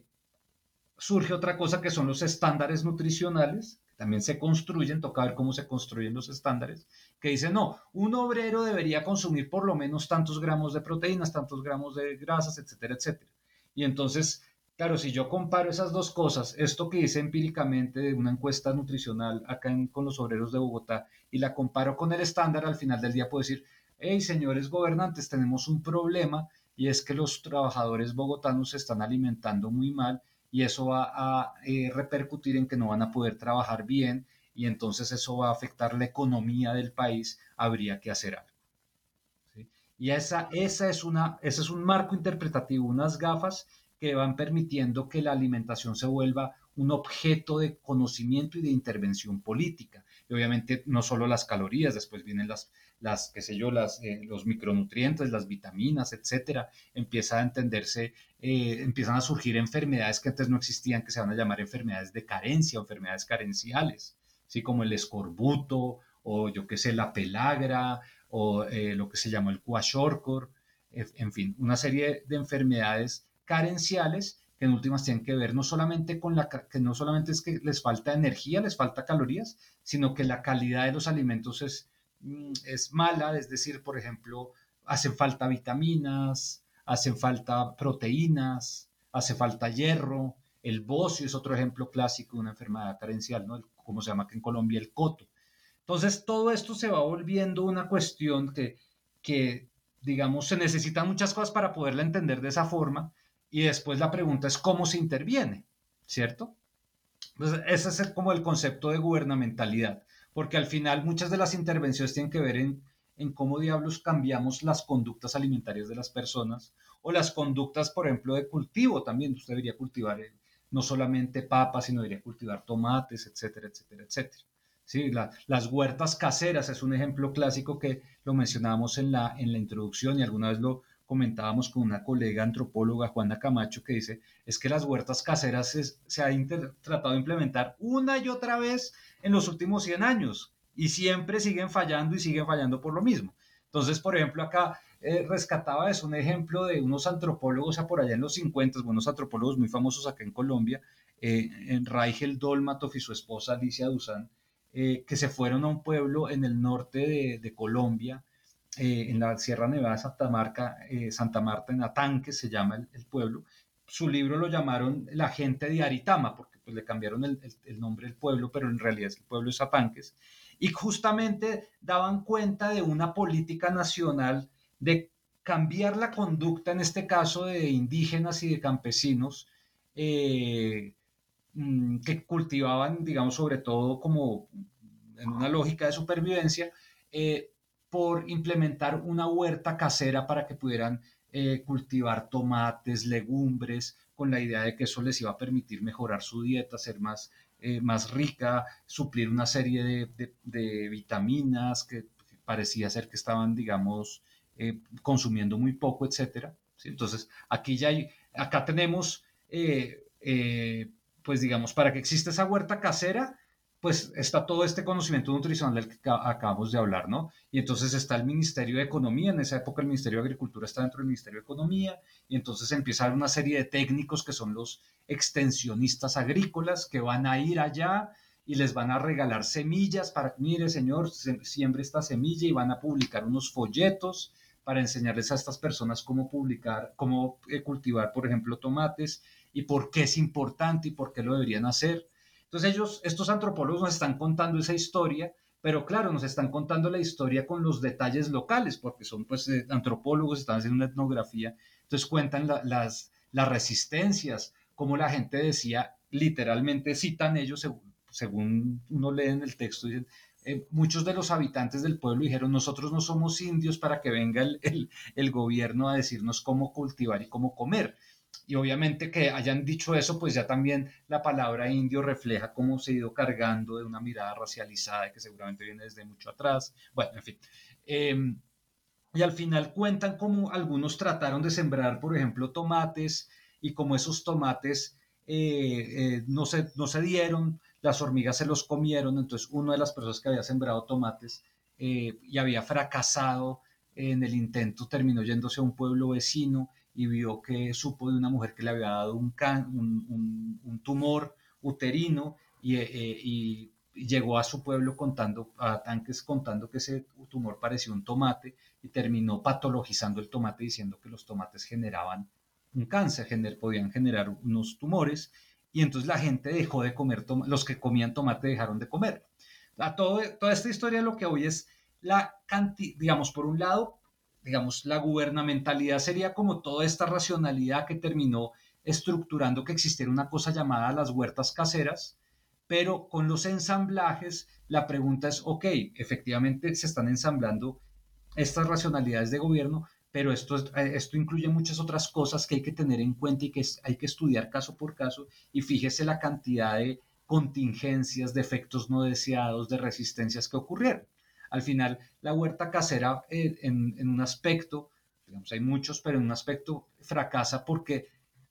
surge otra cosa que son los estándares nutricionales, que también se construyen, toca ver cómo se construyen los estándares, que dicen, no, un obrero debería consumir por lo menos tantos gramos de proteínas, tantos gramos de grasas, etcétera, etcétera. Y entonces, claro, si yo comparo esas dos cosas, esto que hice empíricamente de una encuesta nutricional acá en, con los obreros de Bogotá, y la comparo con el estándar, al final del día puedo decir, hey, señores gobernantes, tenemos un problema, y es que los trabajadores bogotanos se están alimentando muy mal, y eso va a eh, repercutir en que no van a poder trabajar bien, y entonces eso va a afectar la economía del país, habría que hacer algo, ¿sí? Y esa, esa es una, ese es un marco interpretativo, unas gafas que van permitiendo que la alimentación se vuelva un objeto de conocimiento y de intervención política. Y obviamente no solo las calorías, después vienen las, las qué sé yo, las, eh, los micronutrientes, las vitaminas, etcétera. Empieza a entenderse, eh, empiezan a surgir enfermedades que antes no existían, que se van a llamar enfermedades de carencia o enfermedades carenciales, ¿sí? Como el escorbuto o yo qué sé, la pelagra o eh, lo que se llamó el kwashiorkor, en fin, una serie de enfermedades carenciales que en últimas tienen que ver no solamente con la que no solamente es que les falta energía, les falta calorías, sino que la calidad de los alimentos es, mm, es mala, es decir, por ejemplo, hacen falta vitaminas, hacen falta proteínas, hace falta hierro, el bocio es otro ejemplo clásico de una enfermedad carencial, ¿no? Como se llama aquí en Colombia el coto. Entonces, todo esto se va volviendo una cuestión que, que, digamos, se necesitan muchas cosas para poderla entender de esa forma y después la pregunta es cómo se interviene, ¿cierto? Pues ese es el, como el concepto de gubernamentalidad, porque al final muchas de las intervenciones tienen que ver en, en cómo diablos cambiamos las conductas alimentarias de las personas o las conductas, por ejemplo, de cultivo también. Usted debería cultivar eh, no solamente papas, sino debería cultivar tomates, etcétera, etcétera, etcétera. Sí, la, las huertas caseras es un ejemplo clásico que lo mencionábamos en la, en la introducción y alguna vez lo comentábamos con una colega antropóloga, Juana Camacho, que dice, es que las huertas caseras es, se ha inter, tratado de implementar una y otra vez en los últimos cien años y siempre siguen fallando y siguen fallando por lo mismo. Entonces, por ejemplo, acá eh, rescataba es un ejemplo de unos antropólogos a por allá en los cincuenta, buenos antropólogos muy famosos acá en Colombia, eh, en Raigel Dolmatov y su esposa Alicia Duzán, eh, que se fueron a un pueblo en el norte de, de Colombia, eh, en la Sierra Nevada de Santa, Marca, eh, Santa Marta, en Atanque se llama el, el, pueblo. Su libro lo llamaron La gente de Aritama, porque pues, le cambiaron el, el, el nombre del pueblo, pero en realidad el pueblo es Atanques. Y justamente daban cuenta de una política nacional de cambiar la conducta, en este caso de indígenas y de campesinos, eh, que cultivaban, digamos, sobre todo como en una lógica de supervivencia, eh, por implementar una huerta casera para que pudieran eh, cultivar tomates, legumbres, con la idea de que eso les iba a permitir mejorar su dieta, ser más, eh, más rica, suplir una serie de, de, de vitaminas que parecía ser que estaban, digamos, eh, consumiendo muy poco, etcétera. ¿Sí? Entonces, aquí ya hay, acá tenemos eh, eh, pues digamos, para que exista esa huerta casera, pues está todo este conocimiento nutricional del que acabamos de hablar, ¿no? Y entonces está el Ministerio de Economía, en esa época el Ministerio de Agricultura está dentro del Ministerio de Economía, y entonces empieza a haber una serie de técnicos que son los extensionistas agrícolas que van a ir allá y les van a regalar semillas para, mire señor, siembre esta semilla y van a publicar unos folletos para enseñarles a estas personas cómo publicar, cómo eh, cultivar, por ejemplo, tomates y por qué es importante y por qué lo deberían hacer. Entonces ellos, estos antropólogos nos están contando esa historia, pero claro, nos están contando la historia con los detalles locales, porque son pues eh, antropólogos, están haciendo una etnografía, entonces cuentan la, las, las resistencias, como la gente decía, literalmente citan ellos, según, según uno lee en el texto, dicen, eh, muchos de los habitantes del pueblo dijeron, nosotros no somos indios para que venga el, el, el gobierno a decirnos cómo cultivar y cómo comer. Y obviamente que hayan dicho eso, pues ya también la palabra indio refleja cómo se ha ido cargando de una mirada racializada que seguramente viene desde mucho atrás. Bueno, en fin. Eh, y al final cuentan cómo algunos trataron de sembrar, por ejemplo, tomates y como esos tomates eh, eh, no, se, no se dieron, las hormigas se los comieron, entonces una de las personas que había sembrado tomates eh, y había fracasado en el intento terminó yéndose a un pueblo vecino y vio que supo de una mujer que le había dado un, can, un, un, un tumor uterino y, eh, y, llegó a su pueblo contando, a Tanques contando que ese tumor parecía un tomate y terminó patologizando el tomate diciendo que los tomates generaban un cáncer, gener, podían generar unos tumores y entonces la gente dejó de comer, los que comían tomate dejaron de comer. A todo, toda esta historia lo que hoy es la cantidad, digamos, por un lado, digamos, la gubernamentalidad sería como toda esta racionalidad que terminó estructurando que existiera una cosa llamada las huertas caseras, pero con los ensamblajes la pregunta es, ok, efectivamente se están ensamblando estas racionalidades de gobierno, pero esto, esto incluye muchas otras cosas que hay que tener en cuenta y que es, hay que estudiar caso por caso, y fíjese la cantidad de contingencias, de efectos no deseados, de resistencias que ocurrieron. Al final, la huerta casera eh, en, en un aspecto, digamos, hay muchos, pero en un aspecto fracasa porque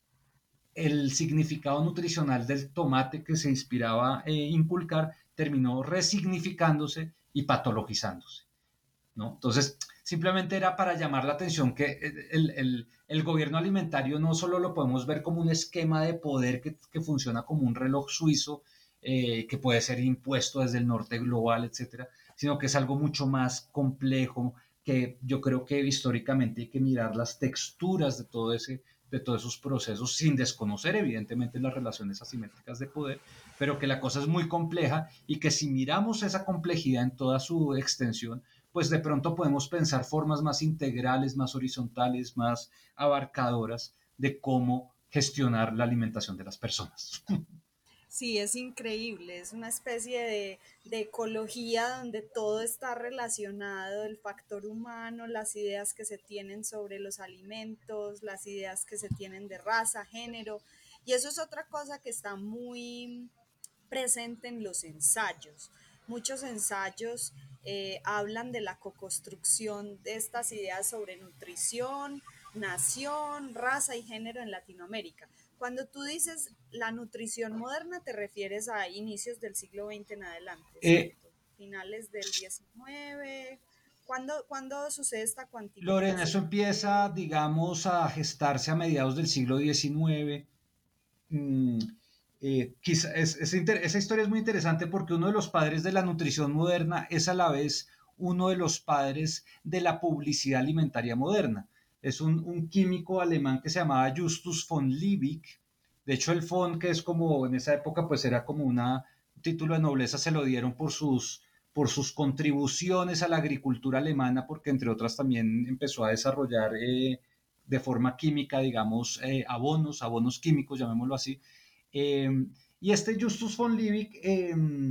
el significado nutricional del tomate que se inspiraba a eh, inculcar terminó resignificándose y patologizándose, ¿no? Entonces, simplemente era para llamar la atención que el, el, el gobierno alimentario no solo lo podemos ver como un esquema de poder que, que funciona como un reloj suizo, eh, que puede ser impuesto desde el norte global, etcétera, sino que es algo mucho más complejo, que yo creo que históricamente hay que mirar las texturas de todo ese de todos esos procesos sin desconocer evidentemente las relaciones asimétricas de poder, pero que la cosa es muy compleja y que si miramos esa complejidad en toda su extensión, pues de pronto podemos pensar formas más integrales, más horizontales, más abarcadoras de cómo gestionar la alimentación de las personas. Sí, es increíble, es una especie de, de ecología donde todo está relacionado, el factor humano, las ideas que se tienen sobre los alimentos, las ideas que se tienen de raza, género, y eso es otra cosa que está muy presente en los ensayos. Muchos ensayos eh, hablan de la co-construcción de estas ideas sobre nutrición, nación, raza y género en Latinoamérica. Cuando tú dices la nutrición moderna, te refieres a inicios del siglo veinte en adelante, Eh, ¿cierto? Finales del diecinueve. ¿Cuándo, ¿cuándo sucede esta Lorena, eso cuantificación? empieza, digamos, a gestarse a mediados del siglo diecinueve. Mm, eh, quizá, es, es inter, esa historia es muy interesante porque uno de los padres de la nutrición moderna es a la vez uno de los padres de la publicidad alimentaria moderna. Es un, un químico alemán que se llamaba Justus von Liebig. De hecho, el von, que es como en esa época, pues era como una, un título de nobleza, se lo dieron por sus, por sus contribuciones a la agricultura alemana, porque entre otras también empezó a desarrollar eh, de forma química, digamos, eh, abonos, abonos químicos, llamémoslo así. Eh, y este Justus von Liebig, eh,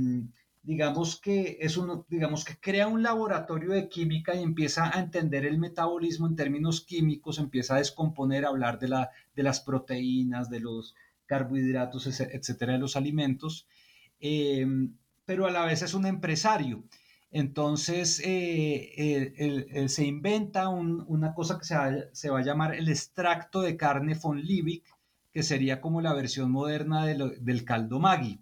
digamos que es uno, digamos que crea un laboratorio de química y empieza a entender el metabolismo en términos químicos, empieza a descomponer, a hablar de, la, de las proteínas, de los carbohidratos, etcétera, de los alimentos, eh, pero a la vez es un empresario. Entonces eh, eh, el, el, se inventa un, una cosa que se va, se va, a llamar el extracto de carne von Liebig, que sería como la versión moderna de lo, del caldo Maggi.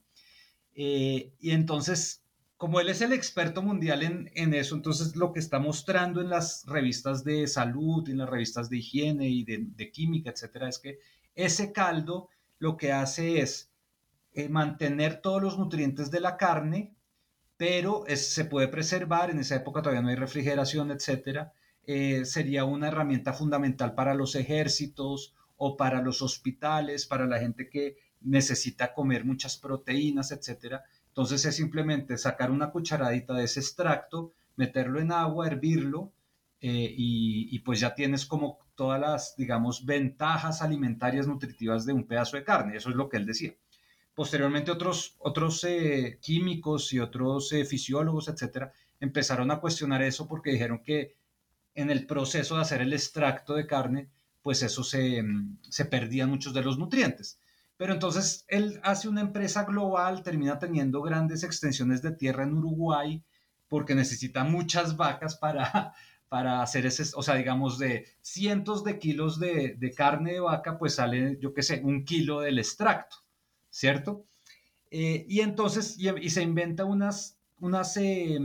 Eh, y entonces, como él es el experto mundial en, en, eso, entonces lo que está mostrando en las revistas de salud, en las revistas de higiene y de, de química, etcétera, es que ese caldo lo que hace es eh, mantener todos los nutrientes de la carne, pero es, se puede preservar, en esa época todavía no hay refrigeración, etcétera. Eh, sería una herramienta fundamental para los ejércitos o para los hospitales, para la gente que necesita comer muchas proteínas, etcétera. Entonces es simplemente sacar una cucharadita de ese extracto, meterlo en agua, hervirlo, eh, y, y pues ya tienes como todas las, digamos, ventajas alimentarias nutritivas de un pedazo de carne. Eso es lo que él decía. Posteriormente otros, otros eh, químicos y otros eh, fisiólogos, etcétera, empezaron a cuestionar eso porque dijeron que en el proceso de hacer el extracto de carne, pues eso se, se perdían muchos de los nutrientes. Pero entonces él hace una empresa global, termina teniendo grandes extensiones de tierra en Uruguay, porque necesita muchas vacas para, para hacer ese, o sea, digamos, de cientos de kilos de, de carne de vaca, pues sale, yo qué sé, un kilo del extracto, ¿cierto? Eh, y entonces, y, y, se inventa unas, unas, eh,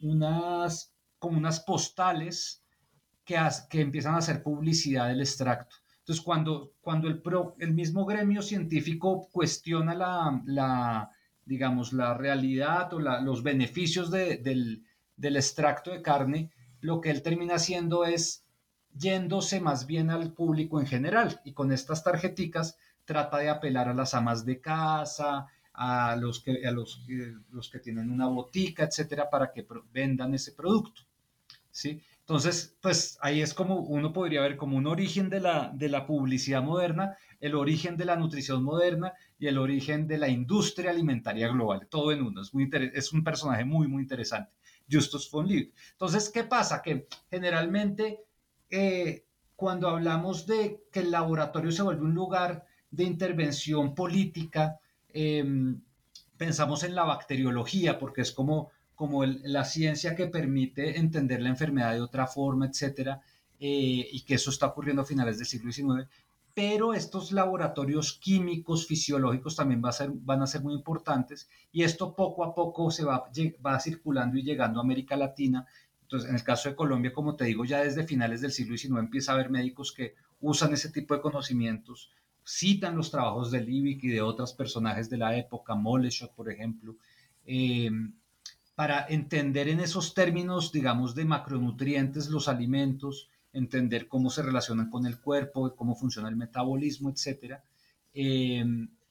unas, como unas postales que, has, que empiezan a hacer publicidad del extracto. Entonces, cuando, cuando el, pro, el mismo gremio científico cuestiona la, la digamos, la realidad o la, los beneficios de, del, del extracto de carne, lo que él termina haciendo es yéndose más bien al público en general, y con estas tarjeticas trata de apelar a las amas de casa, a los que, a los, eh, los que tienen una botica, etcétera, para que pro, vendan ese producto, ¿sí? Entonces, pues ahí es como uno podría ver como un origen de la, de la publicidad moderna, el origen de la nutrición moderna y el origen de la industria alimentaria global, todo en uno. Es, muy es un personaje muy, muy interesante. Justus von Liebig. Entonces, ¿qué pasa? Que generalmente eh, cuando hablamos de que el laboratorio se vuelve un lugar de intervención política, eh, pensamos en la bacteriología, porque es como, como el, la ciencia que permite entender la enfermedad de otra forma, etcétera, eh, y que eso está ocurriendo a finales del siglo diecinueve. Pero estos laboratorios químicos, fisiológicos también va a ser, van a ser muy importantes, y esto poco a poco se va, va circulando y llegando a América Latina. Entonces, en el caso de Colombia, como te digo, ya desde finales del siglo diecinueve empieza a haber médicos que usan ese tipo de conocimientos, citan los trabajos de Liebig y de otros personajes de la época, Moleschott, por ejemplo, eh, para entender en esos términos, digamos, de macronutrientes los alimentos, entender cómo se relacionan con el cuerpo, cómo funciona el metabolismo, etcétera. Eh,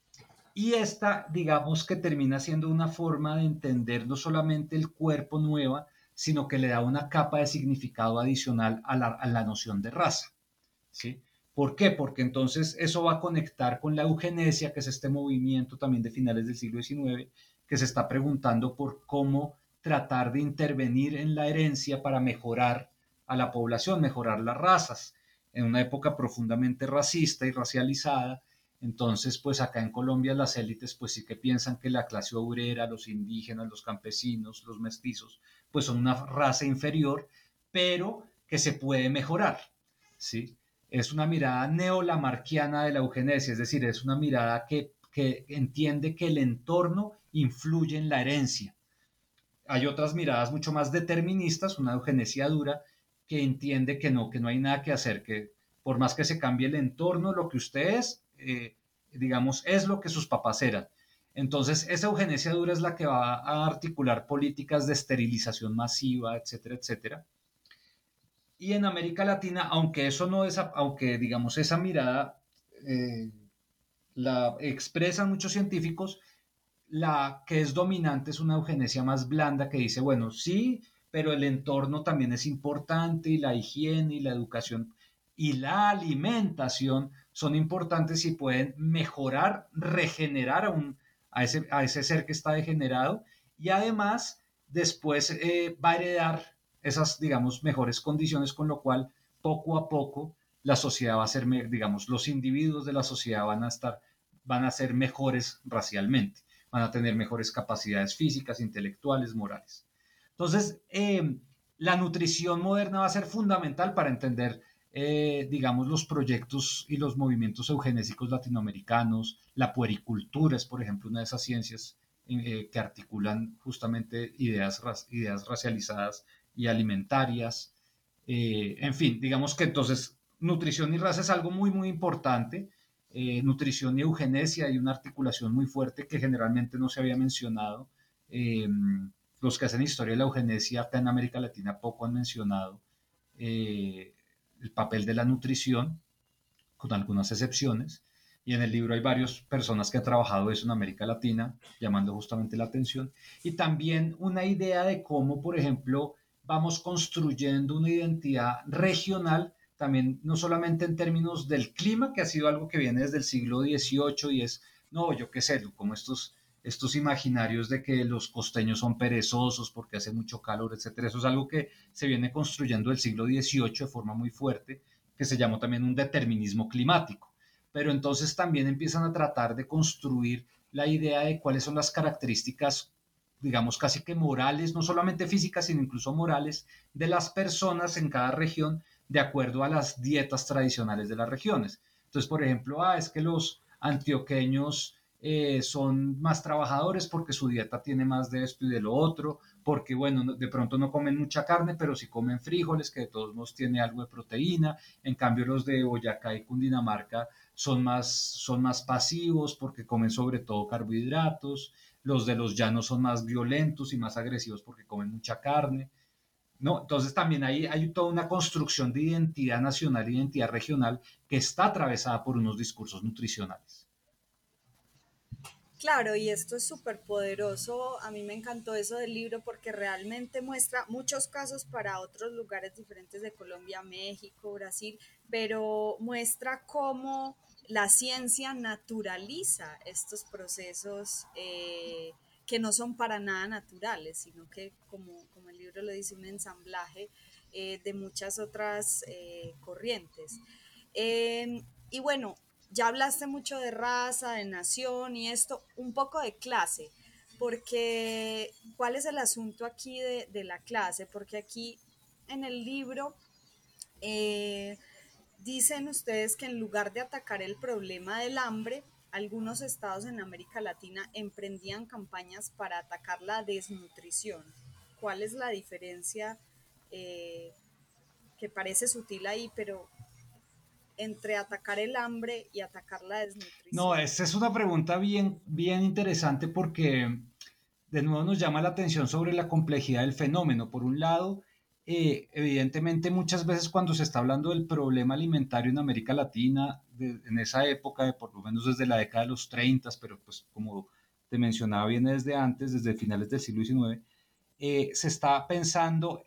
y esta, digamos, que termina siendo una forma de entender no solamente el cuerpo nueva, sino que le da una capa de significado adicional a la, a la noción de raza. ¿Sí? ¿Por qué? Porque entonces eso va a conectar con la eugenesia, que es este movimiento también de finales del siglo diecinueve, que se está preguntando por cómo tratar de intervenir en la herencia para mejorar a la población, mejorar las razas, en una época profundamente racista y racializada. Entonces, pues acá en Colombia las élites pues sí que piensan que la clase obrera, los indígenas, los campesinos, los mestizos, pues son una raza inferior, pero que se puede mejorar, ¿sí? Es una mirada neolamarquiana de la eugenesia, es decir, es una mirada que, que entiende que el entorno influye en la herencia. Hay otras miradas mucho más deterministas, una eugenesia dura, que entiende que no, que no hay nada que hacer, que por más que se cambie el entorno, lo que usted es, eh, digamos, es lo que sus papás eran. Entonces, esa eugenesia dura es la que va a articular políticas de esterilización masiva, etcétera, etcétera. Y en América Latina, aunque eso no es, aunque digamos esa mirada eh, la expresan muchos científicos, la que es dominante es una eugenesia más blanda que dice, bueno, sí, pero el entorno también es importante y la higiene y la educación y la alimentación son importantes y pueden mejorar, regenerar a, un, a, ese, a ese ser que está degenerado, y además después eh, va a heredar esas, digamos, mejores condiciones, con lo cual poco a poco la sociedad va a ser, digamos, los individuos de la sociedad van a estar, van a ser mejores racialmente, van a tener mejores capacidades físicas, intelectuales, morales. Entonces, eh, la nutrición moderna va a ser fundamental para entender, eh, digamos, los proyectos y los movimientos eugenésicos latinoamericanos. La puericultura es, por ejemplo, una de esas ciencias eh, que articulan justamente ideas, ideas racializadas y alimentarias. Eh, en fin, digamos que entonces nutrición y raza es algo muy, muy importante. Eh, nutrición y eugenesia, hay una articulación muy fuerte que generalmente no se había mencionado. Eh, los que hacen historia de la eugenesia acá en América Latina poco han mencionado eh, el papel de la nutrición, con algunas excepciones. Y en el libro hay varias personas que han trabajado eso en América Latina, llamando justamente la atención. Y también una idea de cómo, por ejemplo, vamos construyendo una identidad regional, también no solamente en términos del clima, que ha sido algo que viene desde el siglo dieciocho y es, no, yo qué sé, como estos, estos imaginarios de que los costeños son perezosos porque hace mucho calor, etcétera. Eso es algo que se viene construyendo del siglo dieciocho de forma muy fuerte, que se llamó también un determinismo climático. Pero entonces también empiezan a tratar de construir la idea de cuáles son las características, digamos, casi que morales, no solamente físicas, sino incluso morales, de las personas en cada región, de acuerdo a las dietas tradicionales de las regiones. Entonces, por ejemplo, ah, es que los antioqueños eh, son más trabajadores porque su dieta tiene más de esto y de lo otro, porque, bueno, de pronto no comen mucha carne, pero sí comen frijoles, que de todos modos tiene algo de proteína. En cambio, los de Boyacá y Cundinamarca son más, son más pasivos porque comen sobre todo carbohidratos. Los de los llanos son más violentos y más agresivos porque comen mucha carne. ¿No? Entonces también hay, hay toda una construcción de identidad nacional e identidad regional que está atravesada por unos discursos nutricionales. Claro, y esto es súper poderoso. A mí me encantó eso del libro porque realmente muestra muchos casos para otros lugares diferentes de Colombia, México, Brasil, pero muestra cómo la ciencia naturaliza estos procesos eh, que no son para nada naturales, sino que, como, como el libro lo dice, un ensamblaje eh, de muchas otras eh, corrientes. Eh, y bueno, ya hablaste mucho de raza, de nación y esto, un poco de clase, porque ¿cuál es el asunto aquí de, de la clase? Porque aquí en el libro eh, dicen ustedes que en lugar de atacar el problema del hambre, algunos estados en América Latina emprendían campañas para atacar la desnutrición. ¿Cuál es la diferencia eh, que parece sutil ahí, pero entre atacar el hambre y atacar la No, desnutrición? esta es una pregunta bien, bien interesante porque de nuevo nos llama la atención sobre la complejidad del fenómeno. Por un lado, eh, evidentemente muchas veces cuando se está hablando del problema alimentario en América Latina, de, en esa época, de, por lo menos desde la década de los treinta, pero pues como te mencionaba, viene desde antes, desde finales del siglo diecinueve, eh, se está pensando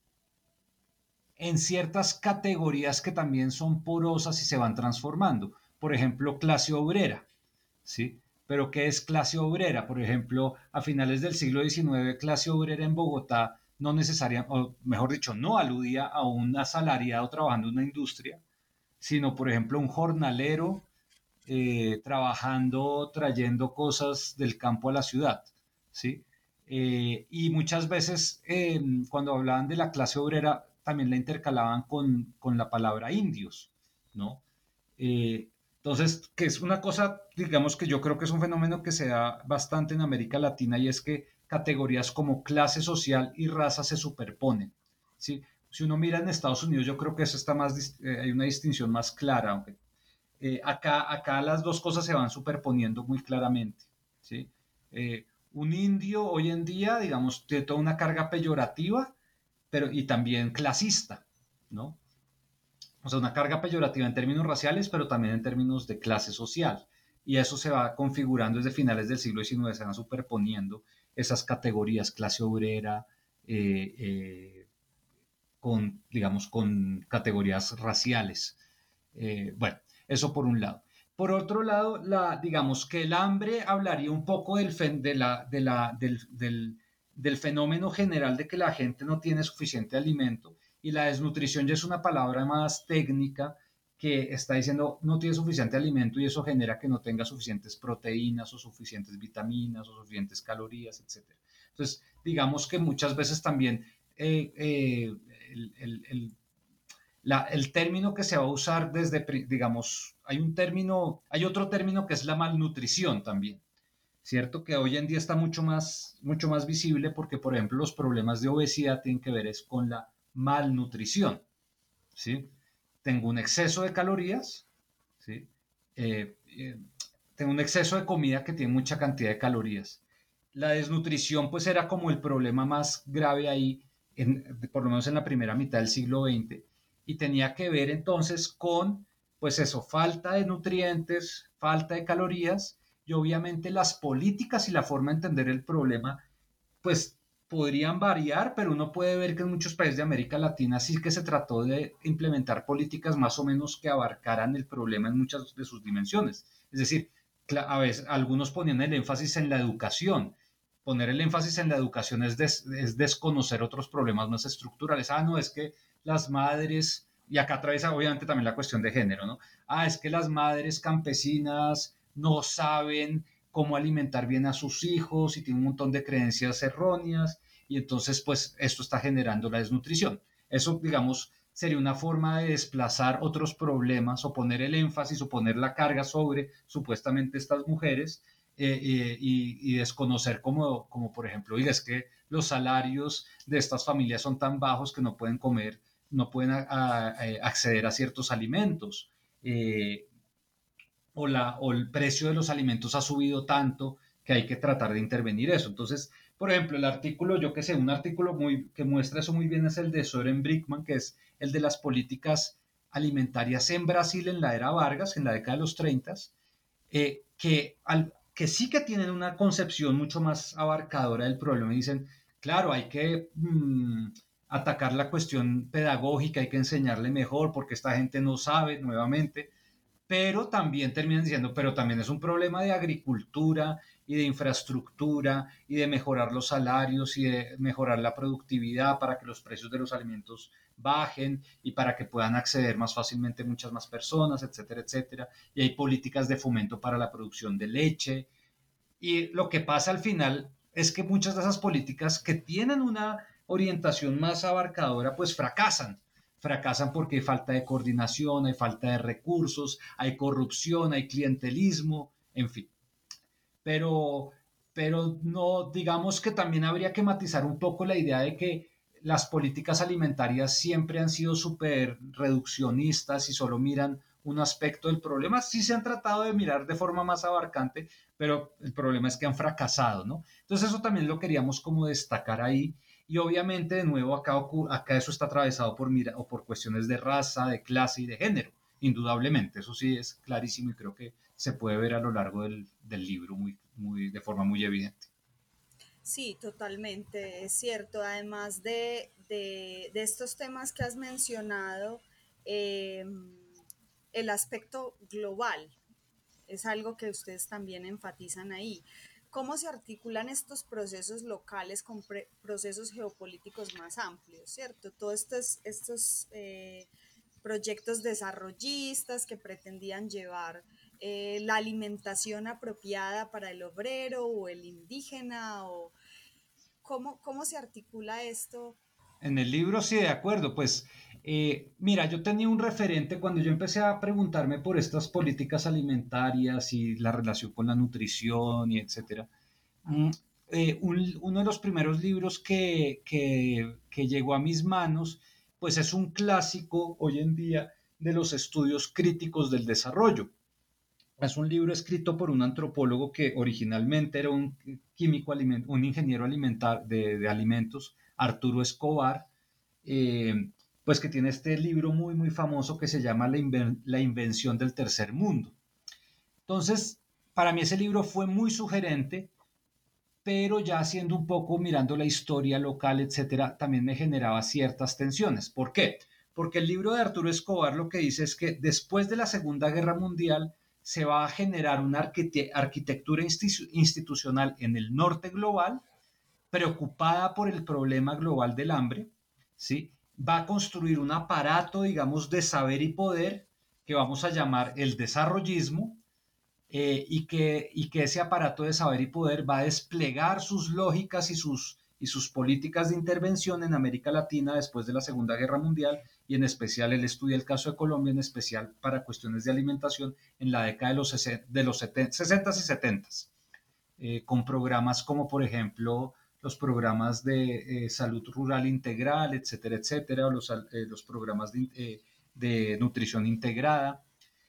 en ciertas categorías que también son porosas y se van transformando. Por ejemplo, clase obrera, ¿sí? Pero ¿qué es clase obrera? Por ejemplo, a finales del siglo diecinueve, clase obrera en Bogotá no necesariamente, o mejor dicho, no aludía a un asalariado trabajando en una industria, sino, por ejemplo, un jornalero eh, trabajando, trayendo cosas del campo a la ciudad, ¿sí? Eh, y muchas veces eh, cuando hablaban de la clase obrera también la intercalaban con, con la palabra indios, ¿no? Eh, entonces, que es una cosa, digamos que yo creo que es un fenómeno que se da bastante en América Latina y es que categorías como clase social y raza se superponen, ¿sí? Si uno mira en Estados Unidos, yo creo que eso está más, eh, hay una distinción más clara, aunque eh, acá, acá las dos cosas se van superponiendo muy claramente, ¿sí? Eh, un indio hoy en día, digamos, tiene toda una carga peyorativa, pero y también clasista, ¿no? O sea, una carga peyorativa en términos raciales, pero también en términos de clase social. Y eso se va configurando desde finales del siglo diecinueve, se van superponiendo esas categorías, clase obrera, eh, eh, con, digamos, con categorías raciales. Eh, bueno, eso por un lado. Por otro lado, la, digamos que el hambre hablaría un poco del, de la, de la, del, del, del fenómeno general de que la gente no tiene suficiente alimento y la desnutrición ya es una palabra más técnica que está diciendo no tiene suficiente alimento y eso genera que no tenga suficientes proteínas o suficientes vitaminas o suficientes calorías, etcétera. Entonces, digamos que muchas veces también eh, eh, el, el, el la, el término que se va a usar desde, digamos, hay un término, hay otro término que es la malnutrición también, ¿cierto? Que hoy en día está mucho más, mucho más visible porque, por ejemplo, los problemas de obesidad tienen que ver es con la malnutrición, ¿sí? Tengo un exceso de calorías, ¿sí? Eh, eh, tengo un exceso de comida que tiene mucha cantidad de calorías. La desnutrición, pues, era como el problema más grave ahí, en, por lo menos en la primera mitad del siglo veinte, y tenía que ver entonces con, pues eso, falta de nutrientes, falta de calorías, y obviamente las políticas y la forma de entender el problema, pues podrían variar, pero uno puede ver que en muchos países de América Latina sí que se trató de implementar políticas más o menos que abarcaran el problema en muchas de sus dimensiones. Es decir, a veces algunos ponían el énfasis en la educación. Poner el énfasis en la educación es, des, es desconocer otros problemas más estructurales. Ah, no, es que las madres, y acá atraviesa obviamente también la cuestión de género, ¿no? Ah, es que las madres campesinas no saben cómo alimentar bien a sus hijos y tienen un montón de creencias erróneas y entonces pues esto está generando la desnutrición. Eso, digamos, sería una forma de desplazar otros problemas o poner el énfasis o poner la carga sobre supuestamente estas mujeres eh, eh, y, y, desconocer como, como, por ejemplo, oiga, es que los salarios de estas familias son tan bajos que no pueden comer, no pueden a, a, a acceder a ciertos alimentos. Eh, o, la, o el precio de los alimentos ha subido tanto que hay que tratar de intervenir eso. Entonces, por ejemplo, el artículo, yo que sé, un artículo muy, que muestra eso muy bien es el de Soren Brickman, que es el de las políticas alimentarias en Brasil en la era Vargas, en la década de los treinta, eh, que, al, que sí que tienen una concepción mucho más abarcadora del problema y dicen, claro, hay que mmm, atacar la cuestión pedagógica, hay que enseñarle mejor porque esta gente no sabe, nuevamente, pero también terminan diciendo, pero también es un problema de agricultura y de infraestructura y de mejorar los salarios y de mejorar la productividad para que los precios de los alimentos bajen y para que puedan acceder más fácilmente muchas más personas, etcétera, etcétera. Y hay políticas de fomento para la producción de leche. Y lo que pasa al final es que muchas de esas políticas que tienen una orientación más abarcadora, pues fracasan. Fracasan porque hay falta de coordinación, hay falta de recursos, hay corrupción, hay clientelismo, en fin. Pero, pero no, digamos que también habría que matizar un poco la idea de que las políticas alimentarias siempre han sido súper reduccionistas y solo miran un aspecto del problema. Sí se han tratado de mirar de forma más abarcante, pero el problema es que han fracasado, ¿no? Entonces eso también lo queríamos como destacar ahí. Y obviamente, de nuevo, acá, acá eso está atravesado por, mira, o por cuestiones de raza, de clase y de género, indudablemente. Eso sí es clarísimo y creo que se puede ver a lo largo del, del libro muy, muy, de forma muy evidente. Sí, totalmente, es cierto. Además de, de, de estos temas que has mencionado, eh, el aspecto global es algo que ustedes también enfatizan ahí. ¿Cómo se articulan estos procesos locales con pre- procesos geopolíticos más amplios, cierto? Todos estos, estos eh, proyectos desarrollistas que pretendían llevar eh, la alimentación apropiada para el obrero o el indígena, o cómo, cómo se articula esto. En el libro sí, de acuerdo. Pues eh, mira, yo tenía un referente cuando yo empecé a preguntarme por estas políticas alimentarias y la relación con la nutrición y etcétera. Mm, eh, un- uno de los primeros libros que, que, que llegó a mis manos, pues es un clásico hoy en día de los estudios críticos del desarrollo. Es un libro escrito por un antropólogo que originalmente era un químico, aliment- un ingeniero alimentar de, de alimentos, Arturo Escobar, eh, pues que tiene este libro muy, muy famoso que se llama La, Inven- La invención del tercer mundo. Entonces, para mí ese libro fue muy sugerente, pero ya haciendo un poco, mirando la historia local, etcétera, también me generaba ciertas tensiones. ¿Por qué? Porque el libro de Arturo Escobar lo que dice es que después de la Segunda Guerra Mundial se va a generar una arquitectura institucional en el norte global preocupada por el problema global del hambre, ¿sí? Va a construir un aparato, digamos, de saber y poder que vamos a llamar el desarrollismo, eh, y, que, y que ese aparato de saber y poder va a desplegar sus lógicas y sus, y sus políticas de intervención en América Latina después de la Segunda Guerra Mundial, y en especial él estudia el caso de Colombia, en especial para cuestiones de alimentación en la década de los, de los sesenta y setenta, eh, con programas como por ejemplo los programas de eh, salud rural integral, etcétera, etcétera, o los, eh, los programas de, eh, de nutrición integrada.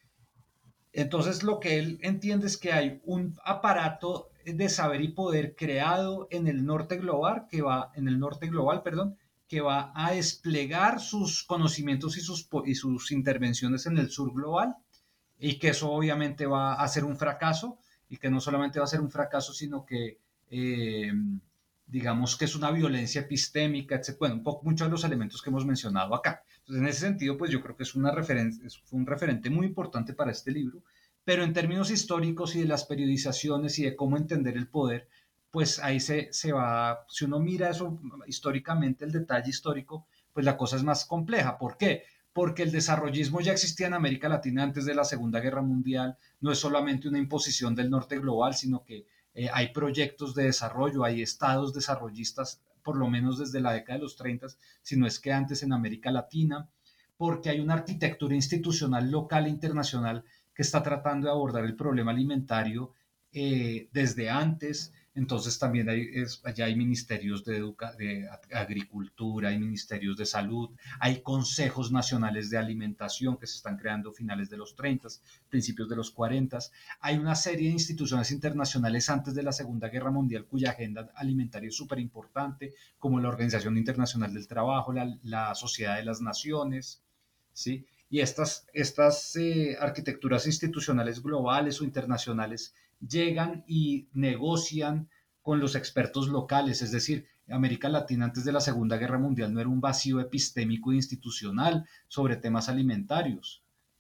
Entonces lo que él entiende es que hay un aparato de saber y poder creado en el norte global que va en el norte global, perdón, que va a desplegar sus conocimientos y sus, y sus intervenciones en el sur global, y que eso obviamente va a ser un fracaso, y que no solamente va a ser un fracaso, sino que eh, digamos que es una violencia epistémica, etcétera. Bueno, un poco, muchos de los elementos que hemos mencionado acá. Entonces, en ese sentido, pues yo creo que es, una referencia, es un referente muy importante para este libro, pero en términos históricos y de las periodizaciones y de cómo entender el poder, pues ahí se, se va, si uno mira eso históricamente, el detalle histórico, pues la cosa es más compleja. ¿Por qué? Porque el desarrollismo ya existía en América Latina antes de la Segunda Guerra Mundial, no es solamente una imposición del norte global, sino que eh, hay proyectos de desarrollo, hay estados desarrollistas, por lo menos desde la década de los treinta, si no es que antes en América Latina, porque hay una arquitectura institucional local e internacional que está tratando de abordar el problema alimentario eh, desde antes. Entonces también hay, es, allá hay ministerios de, educa de agricultura, hay ministerios de salud, hay consejos nacionales de alimentación que se están creando a finales de los treinta, principios de los cuarenta. Hay una serie de instituciones internacionales antes de la Segunda Guerra Mundial cuya agenda alimentaria es súper importante, como la Organización Internacional del Trabajo, la, la Sociedad de las Naciones, ¿sí? Y estas, estas eh, arquitecturas institucionales globales o internacionales llegan y negocian con los expertos locales, es decir, América Latina antes de la Segunda Guerra Mundial no era un vacío epistémico e institucional sobre temas alimentarios,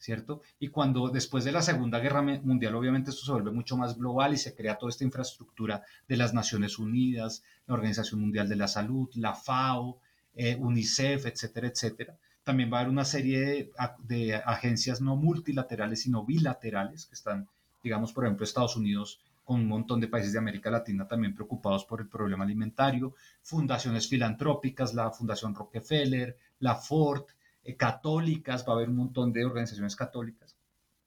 ¿cierto? Y cuando después de la Segunda Guerra Mundial, obviamente esto se vuelve mucho más global y se crea toda esta infraestructura de las Naciones Unidas, la Organización Mundial de la Salud, la FAO, eh, UNICEF, etcétera, etcétera. También va a haber una serie de, de agencias no multilaterales, sino bilaterales, que están, digamos, por ejemplo, Estados Unidos con un montón de países de América Latina también preocupados por el problema alimentario, fundaciones filantrópicas, la Fundación Rockefeller, la Ford, eh, católicas, va a haber un montón de organizaciones católicas.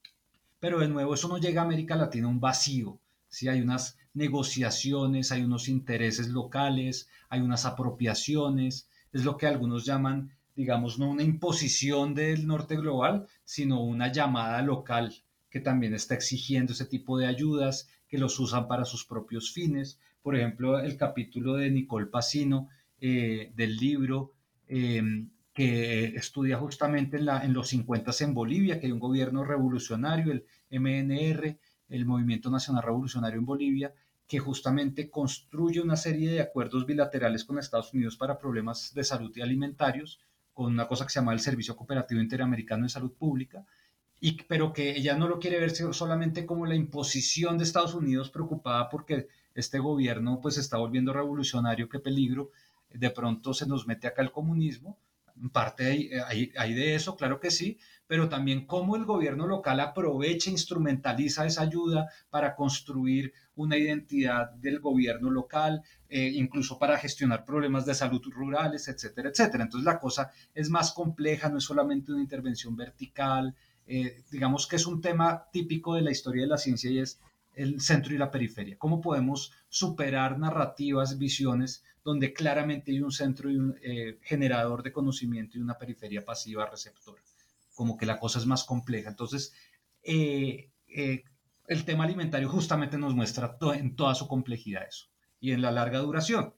Pero de nuevo, eso no llega a América Latina un vacío, ¿sí? Hay unas negociaciones, hay unos intereses locales, hay unas apropiaciones, es lo que algunos llaman, digamos, no una imposición del norte global, sino una llamada local que también está exigiendo ese tipo de ayudas, que los usan para sus propios fines. Por ejemplo, el capítulo de Nicole Pacino eh, del libro eh, que estudia justamente en, la, en los cincuenta en Bolivia, que hay un gobierno revolucionario, el M N R, el Movimiento Nacional Revolucionario en Bolivia, que justamente construye una serie de acuerdos bilaterales con Estados Unidos para problemas de salud y alimentarios, con una cosa que se llama el Servicio Cooperativo Interamericano de Salud Pública, y, pero que ella no lo quiere ver solamente como la imposición de Estados Unidos, preocupada porque este gobierno pues se está volviendo revolucionario, qué peligro, de pronto se nos mete acá el comunismo. En parte hay, hay, hay de eso, claro que sí, pero también cómo el gobierno local aprovecha, instrumentaliza esa ayuda para construir una identidad del gobierno local, eh, incluso para gestionar problemas de salud rurales, etcétera, etcétera. Entonces la cosa es más compleja, no es solamente una intervención vertical, eh, digamos que es un tema típico de la historia de la ciencia y es el centro y la periferia. ¿Cómo podemos superar narrativas, visiones donde claramente hay un centro y un eh, generador de conocimiento y una periferia pasiva receptora? Como que la cosa es más compleja. Entonces, eh, eh, el tema alimentario justamente nos muestra to en toda su complejidad eso y en la larga duración.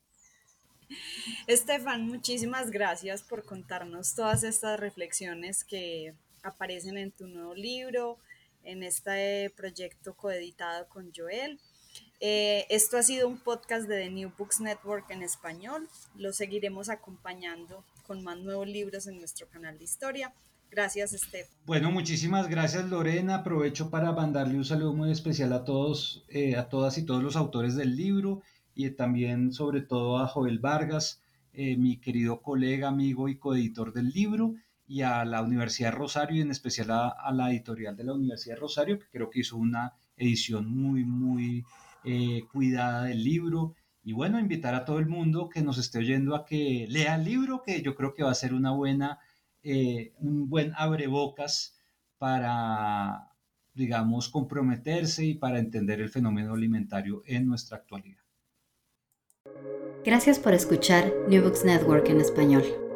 Estefan, muchísimas gracias por contarnos todas estas reflexiones que aparecen en tu nuevo libro, en este proyecto coeditado con Joel. Eh, esto ha sido un podcast de The New Books Network en español. Lo seguiremos acompañando con más nuevos libros en nuestro canal de historia. Gracias, Estefan. Bueno, muchísimas gracias, Lorena. Aprovecho para mandarle un saludo muy especial a todos, eh, a todas y todos los autores del libro y también, sobre todo, a Joel Vargas, eh, mi querido colega, amigo y coeditor del libro, y a la Universidad de Rosario y en especial a, a la editorial de la Universidad de Rosario, que creo que hizo una edición muy, muy eh, cuidada del libro. Y bueno, invitar a todo el mundo que nos esté oyendo a que lea el libro, que yo creo que va a ser una buena eh, un buen abrebocas para, digamos, comprometerse y para entender el fenómeno alimentario en nuestra actualidad. Gracias por escuchar New Books Network en español.